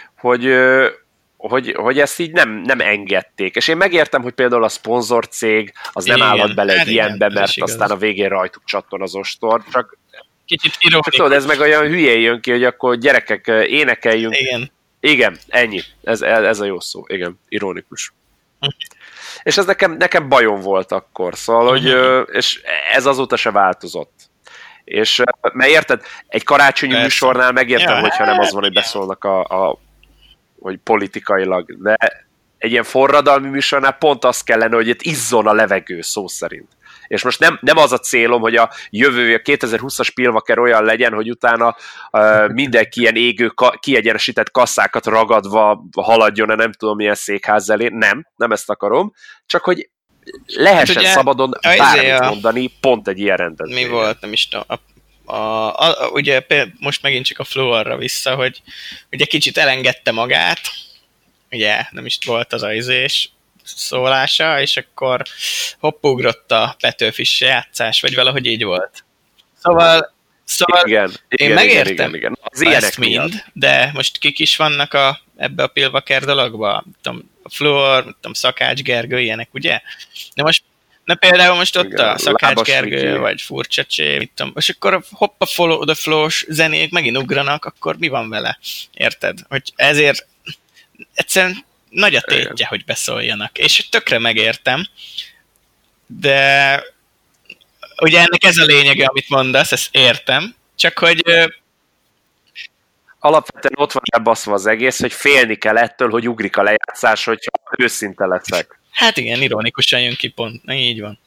hogy ezt így nem engedték. És én megértem, hogy például a szponzorcég az nem állhat bele egy ilyenbe, mert aztán a végén rajtuk csatton az ostor, csak kicsit ironikus. Tudod, ez meg olyan hülyén jön ki, hogy akkor gyerekek énekeljünk. Igen, ennyi. Ez a jó szó. Igen, ironikus. És ez nekem bajom volt akkor, szóval, hogy, és ez azóta se változott. És mert érted, egy karácsonyi műsornál megértem, hogyha nem az van, hogy beszólnak hogy politikailag, de egy ilyen forradalmi műsornál pont az kellene, hogy itt izzon a levegő szó szerint. És most nem az a célom, hogy a jövő, a 2020-as Pilvaker olyan legyen, hogy utána mindenki ilyen égő, kiegyenesített kasszákat ragadva haladjon a nem tudom milyen székház elé. Nem ezt akarom, csak hogy lehessen hát szabadon bármit mondani pont egy ilyen rendezvény. Mi volt, nem is tudom, ugye most megint csak a Floorra vissza, hogy ugye kicsit elengedte magát, ugye nem is volt az ajzés szólása, és akkor hoppugrott a Petőfis játszás, vagy valahogy így volt. Szóval igen, én megértem igen. Az ezt mind, de most kik is vannak ebbe a Pilvaker dologba? A Floor, Szakács Gergő, ilyenek, ugye? De például most ott igen, a Szakács Gergő, vagy Furcsa Csé, mit tudom, és akkor hopp a Follow the Flow-s zenék megint ugranak, akkor mi van vele? Érted? Hogy ezért egyszerűen nagy a tétje, hogy beszóljanak. És tökre megértem, de ugye ennek ez a lényege, amit mondasz, ezt értem, csak hogy alapvetően ott van elbaszva az egész, hogy félni kell ettől, hogy ugrik a lejátszás, hogyha őszinte leszek. Hát igen, ironikusan jön ki pont. Na, így van.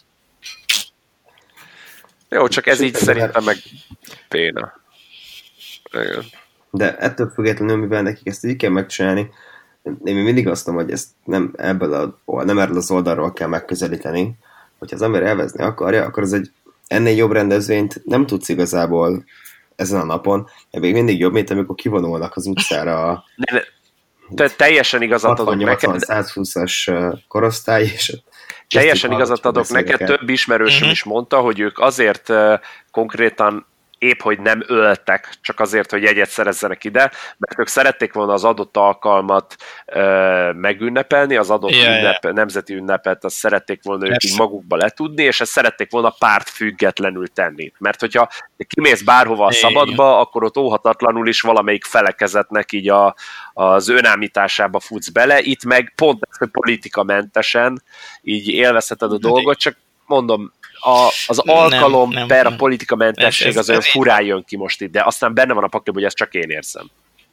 Jó, csak ez így szerintem meg péna. Igen. De ettől függetlenül, mivel nekik ezt így kell megcsinálni, én mindig azt mondom, hogy ezt nem erről az oldalról kell megközelíteni. Hogyha az ember elvezni akarja, akkor az egy ennél jobb rendezvényt nem tudsz igazából ezen a napon, de még mindig jobb, mint amikor kivonulnak az utcára teljesen igazat adok neked. 120-as korosztály, és teljesen igazat adok neked, több ismerősöm is mondta, hogy ők azért konkrétan épp, hogy nem öltek, csak azért, hogy jegyet szerezzenek ide, mert ők szerették volna az adott alkalmat megünnepelni, az adott nemzeti ünnepet, azt szerették volna ők így magukba letudni, és ezt szerették volna párt függetlenül tenni. Mert hogyha kimész bárhova a szabadba, akkor ott óhatatlanul is valamelyik felekezetnek így az önállításába futsz bele, itt meg pont ez, hogy politikamentesen így élvezheted a dolgot, csak mondom, az alkalom per a politikamentesség az olyan furán jön ki most itt, de aztán benne van a pakliban, hogy ezt csak én érzem.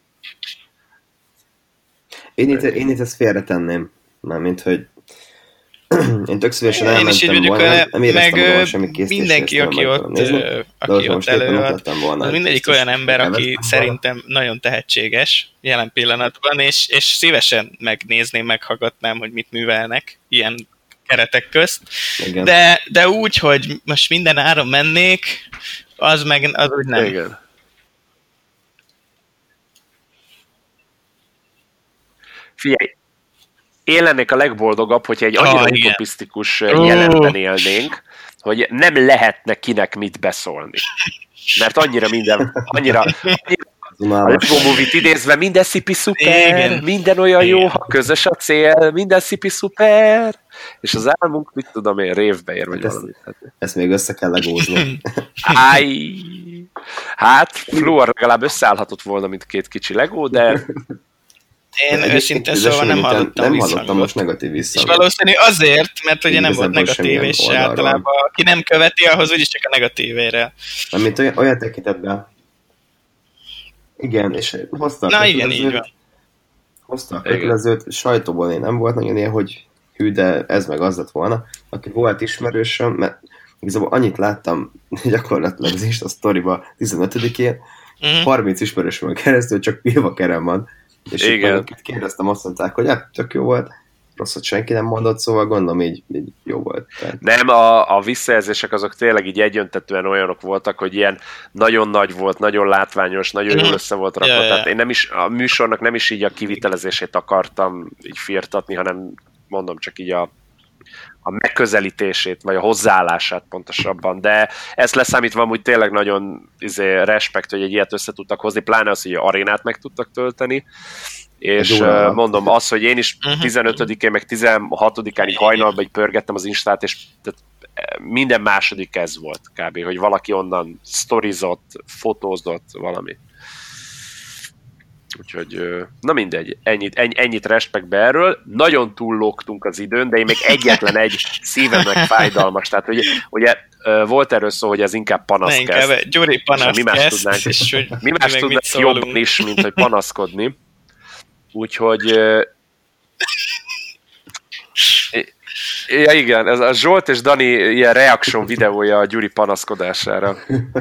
Én itt ezt félretenném, mármint, hogy én tök szívesen elmentem volna, nem éreztem volna semmi készítést. Mindenki, aki ott előad, az mindegyik olyan ember, aki szerintem nagyon tehetséges jelen pillanatban, és szívesen megnézném, meghallgatnám, hogy mit művelnek ilyen keretek közt, de úgy, hogy most minden áron mennék, az úgy nem. Igen. Figyelj, én lennék a legboldogabb, hogyha egy annyira utopisztikus jelenben élnénk, hogy nem lehetne kinek mit beszólni. Mert annyira a Lego Movie-t idézve, minden szipi szuper, minden olyan jó, ha közös a cél, minden szipi szuper, és az álmunk, mit tudom én, révbe ér, vagy valamit. Ezt még össze kell legózni. Hát, Floor legalább összeállhatott volna, mint két kicsi Lego, de... Én őszintén szóval nem hallottam most negatív visszhangot. És valószínű azért, mert ugye nem volt negatív, és általában aki nem követi, ahhoz úgyis csak a negatívére. Mint olyan tekintetben. Igen, és hoztak a kötelezőt. Hoztak a kötelezőt, sajtóból én nem volt nagyon ilyen, hogy hű, de ez meg az lett volna. Aki volt ismerősöm, mert igazából annyit láttam gyakorlatilag az Insta sztoriba 15-én, 30 ismerősömön keresztül csak Pilvakerem van. És itt kérdeztem, azt mondták, hogy tök jó volt, rosszat senki nem mondott, szóval gondolom így jó volt. Tehát... Nem, a visszajelzések azok tényleg így egyöntetően olyanok voltak, hogy ilyen nagyon nagy volt, nagyon látványos, nagyon jól össze volt rakva. Tehát én a műsornak nem is így a kivitelezését akartam így firtatni, hanem mondom csak így a megközelítését, vagy a hozzáállását pontosabban, de ezt leszámítva amúgy tényleg nagyon respekt, hogy egy ilyet össze tudtak hozni, pláne az, hogy arénát meg tudtak tölteni, és mondom, az, hogy én is 15-én, meg 16-án így hajnalban így pörgettem az Instát, és minden második ez volt kb., hogy valaki onnan sztorizott, fotózott, valami. Úgyhogy, na mindegy, ennyit respektbe erről. Nagyon túllógtunk az időn, de én még egyetlen egy szívemnek fájdalmas. Tehát ugye volt erről szó, hogy ez inkább panaszkezd. Gyuri panaszkezd. Mi más tudnánk jobban is, mint hogy panaszkodni. Úgyhogy... Ja igen, ez a Zsolt és Dani ilyen reaction videója a Gyuri panaszkodására.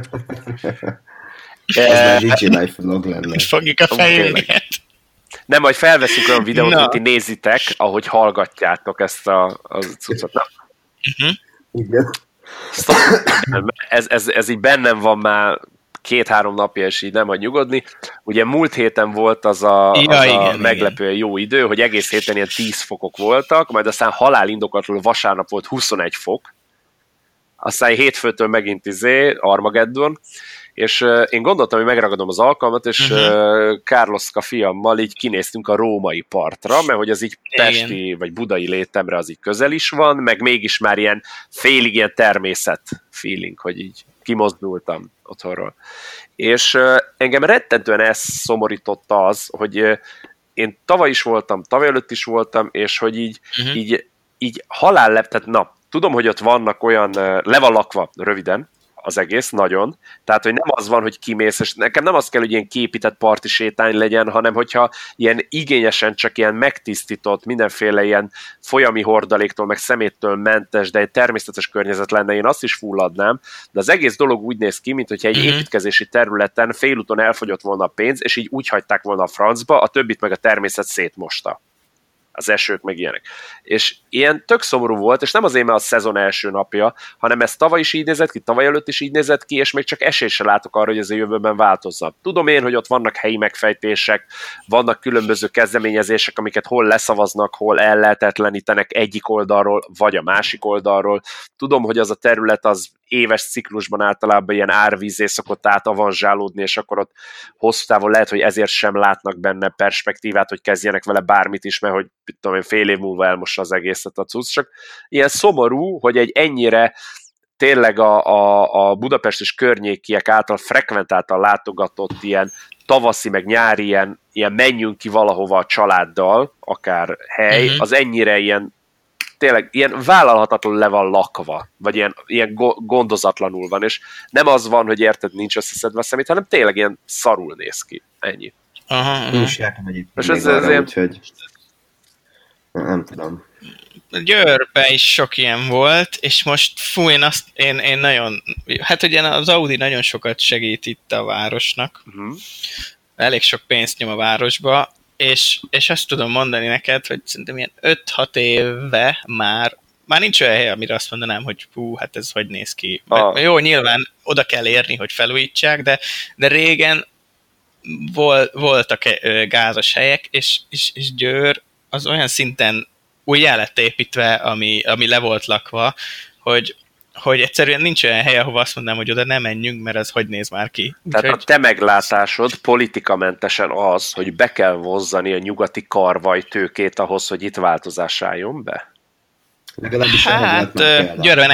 Ez már Digi Life vlog lenne. Fogjuk a fejünket. Nem, majd felveszünk olyan videót, hogy ti nézitek, ahogy hallgatjátok ezt a cuccot. Igen. Ez így bennem van már 2-3 napja, és így nem hagy nyugodni. Ugye múlt héten volt az a meglepően jó idő, hogy egész héten ilyen 10 fokok voltak, majd aztán halálindokatlanul vasárnap volt 21 fok, aztán hétfőtől megint Armageddon, és én gondoltam, hogy megragadom az alkalmat, és Carloska fiammal így kinéztünk a római partra, mert hogy az így pesti vagy budai létemre az így közel is van, meg mégis már ilyen félig ilyen természet feeling, hogy így kimozdultam otthonról. És engem rettentően ez szomorította az, hogy én tavaly is voltam, tavaly előtt is voltam, és hogy így tehát na, tudom, hogy ott vannak olyan, le van lakva röviden, az egész, nagyon. Tehát, hogy nem az van, hogy kimész, és nekem nem az kell, hogy ilyen kiépített parti sétány legyen, hanem hogyha ilyen igényesen csak ilyen megtisztított, mindenféle ilyen folyami hordaléktól, meg szeméttől mentes, de egy természetes környezet lenne, én azt is fulladnám, de az egész dolog úgy néz ki, mint hogyha egy építkezési területen félúton elfogyott volna a pénz, és így úgy hagyták volna a francba, a többit meg a természet szétmosta. Az esők, meg ilyenek. És ilyen tök szomorú volt, és nem azért, mert a szezon első napja, hanem ez tavaly is így nézett ki, tavaly előtt is így nézett ki, és még csak esélyt se látok arra, hogy ez a jövőben változzon. Tudom én, hogy ott vannak helyi megfejtések, vannak különböző kezdeményezések, amiket hol leszavaznak, hol ellehetetlenítenek egyik oldalról, vagy a másik oldalról. Tudom, hogy az a terület az éves ciklusban általában ilyen árvízé szokott átavanzsálódni, és akkor ott hosszú távon lehet, hogy ezért sem látnak benne perspektívát, hogy kezdjenek vele bármit is, mert hogy tudom én, fél év múlva elmossa az egészet a cucc. Csak ilyen szomorú, hogy egy ennyire tényleg a Budapest és környékiek által frekventáltan látogatott ilyen tavaszi, meg nyári ilyen menjünk ki valahova a családdal, akár hely, az ennyire ilyen tényleg ilyen vállalhatatlanul le van lakva, vagy ilyen gondozatlanul van, és nem az van, hogy érted, nincs összeszedve a szemét, hanem tényleg ilyen szarul néz ki. Ennyi. Én is jártam egyébként még arra, úgyhogy nem tudom. Győrben is sok ilyen volt, és most én nagyon, hát ugye az Audi nagyon sokat segít itt a városnak, elég sok pénzt nyom a városba, és azt tudom mondani neked, hogy szerintem ilyen 5-6 éve már nincs olyan hely, amire azt mondanám, hogy hát ez hogy néz ki. Jó, nyilván oda kell érni, hogy felújítsák, de régen voltak gázos helyek, és Győr az olyan szinten újjá lett építve, ami le volt lakva, hogy egyszerűen nincs olyan hely, ahova azt mondanám, hogy oda nem menjünk, mert ez hogy néz már ki. Tehát a te meglátásod politikamentesen az, hogy be kell vozzani a nyugati karvajtőkét ahhoz, hogy itt változás álljon be? Hát, Győrben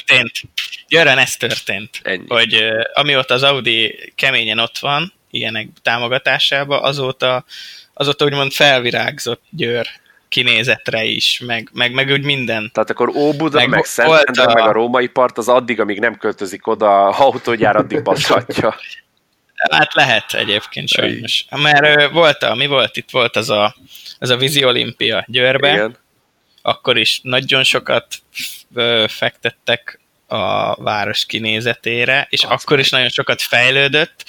ez történt. Ennyi. Hogy amióta az Audi keményen ott van, ilyenek támogatásába, azóta úgymond felvirágzott Győr kinézetre is, meg úgy minden. Tehát akkor Óbuda, meg Szentendre, meg a római part, az addig, amíg nem költözik oda, a autógyár addig baszhatja. Hát lehet egyébként sajnos. Mert volt az a Vízi Olimpia Győrben, igen. Akkor is nagyon sokat fektettek a város kinézetére, és akkor is nagyon sokat fejlődött.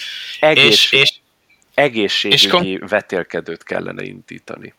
Egészségügyi vetélkedőt kellene indítani.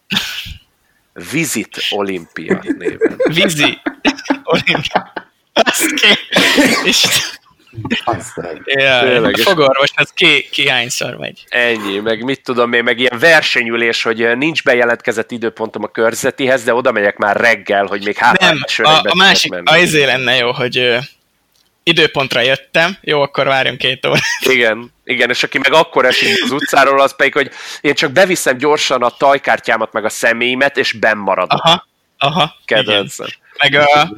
Visit Olimpia néven. Vízi Olimpia. A fogorvos az ki hányszor megy. Ennyi, meg mit tudom én, meg ilyen versenyülés, hogy nincs bejelentkezett időpontom a körzetihez, de oda megyek már reggel, hogy még Nem, a másik, azért lenne jó, hogy időpontra jöttem, jó, akkor várjunk 2 órát. Igen, és aki meg akkor esik az utcáról, az pedig, hogy én csak beviszem gyorsan a tajkártyámat, meg a személyemet, és benn maradok. Aha, kedvencem. Meg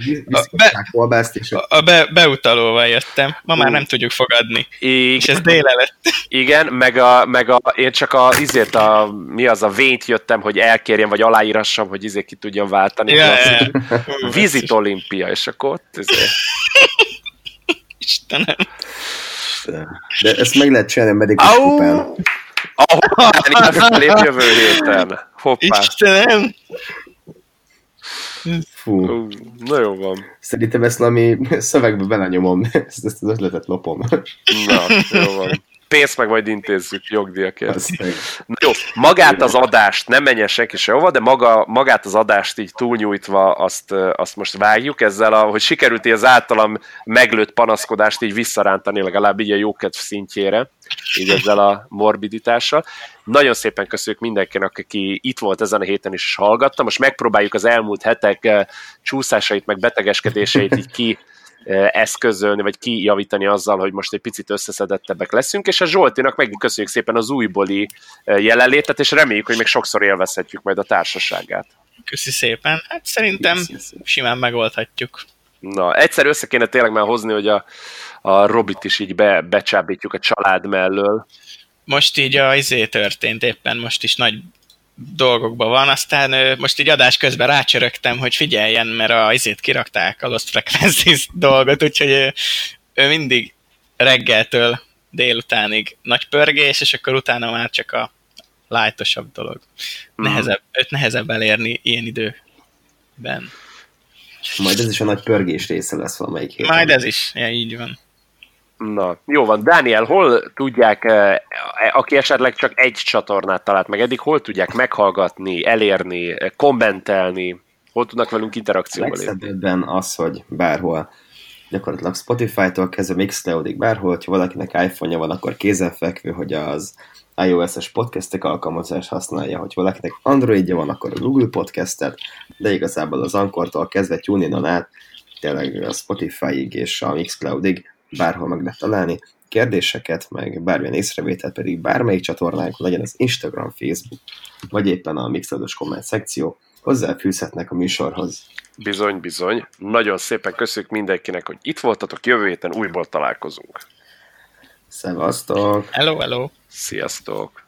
a beutalóval jöttem. Ma már nem tudjuk fogadni. És ez délelőtt. Igen, meg én csak mi az a vényt jöttem, hogy elkérjem, vagy aláírassam, hogy ki tudjam váltani. Visit Olimpia, és akkor ott Istenem. De ezt meg lehet csinálni a medikus kupán. Lép jövő héten. Hoppá. Istenem. Fú. Na jó van. Szerintem ezt valami szövegbe belenyomom, ezt az ötletet lopom. Na, jó van. Pénzt meg majd intézzük jogdíjakért. Jó, magát az adást nem menjen senki sehova, de magát az adást így túlnyújtva azt most vágjuk, ezzel, hogy sikerült az általam meglőtt panaszkodást így visszarántani legalább így a jókedv szintjére, így ezzel a morbiditással. Nagyon szépen köszönjük mindenkinek, aki itt volt ezen a héten is hallgatta. Most megpróbáljuk az elmúlt hetek csúszásait, meg betegeskedéseit így eszközölni, vagy kijavítani azzal, hogy most egy picit összeszedettebbek leszünk, és a Zsoltinak megint köszönjük szépen az újbóli jelenlétet, és reméljük, hogy még sokszor élvezhetjük majd a társaságát. Köszi szépen. Hát szerintem simán megoldhatjuk. Na, egyszer össze kéne tényleg már hozni, hogy a Robit is így becsábítjuk a család mellől. Most így történt éppen, most is nagy dolgokban van, aztán most így adás közben rácsörögtem, hogy figyeljen, mert kirakták a Lost Frequencies dolgot, úgyhogy ő mindig reggeltől délutánig nagy pörgés, és akkor utána már csak a lightosabb dolog. Őt nehezebb elérni ilyen időben. Majd ez is a nagy pörgés része lesz valamelyik héten. Majd ez is, így van. Na, jó van. Dániel, hol tudják, aki esetleg csak egy csatornát talált meg eddig, hol tudják meghallgatni, elérni, kommentelni, hol tudnak velünk interakcióba lépni? Legszebben az, hogy bárhol, gyakorlatilag Spotify-tól kezdve Mixcloudig bárhol, ha valakinek iPhone-ja van, akkor kézenfekvő, hogy az iOS-es podcastek alkalmazást használja, hogy valakinek Androidja van, akkor a Google Podcastet, de igazából az Anchortól kezdve TuneIn-on át, tényleg a Spotify-ig és a Mixcloudig bárhol meg lehet találni. Kérdéseket, meg bármilyen észrevételt pedig bármelyik csatornánkon, legyen az Instagram, Facebook, vagy éppen a Mixcloudos komment szekció, hozzáfűzhetnek a műsorhoz. Bizony. Nagyon szépen köszönjük mindenkinek, hogy itt voltatok, jövő héten újból találkozunk. Szevasztok! Hello! Sziasztok!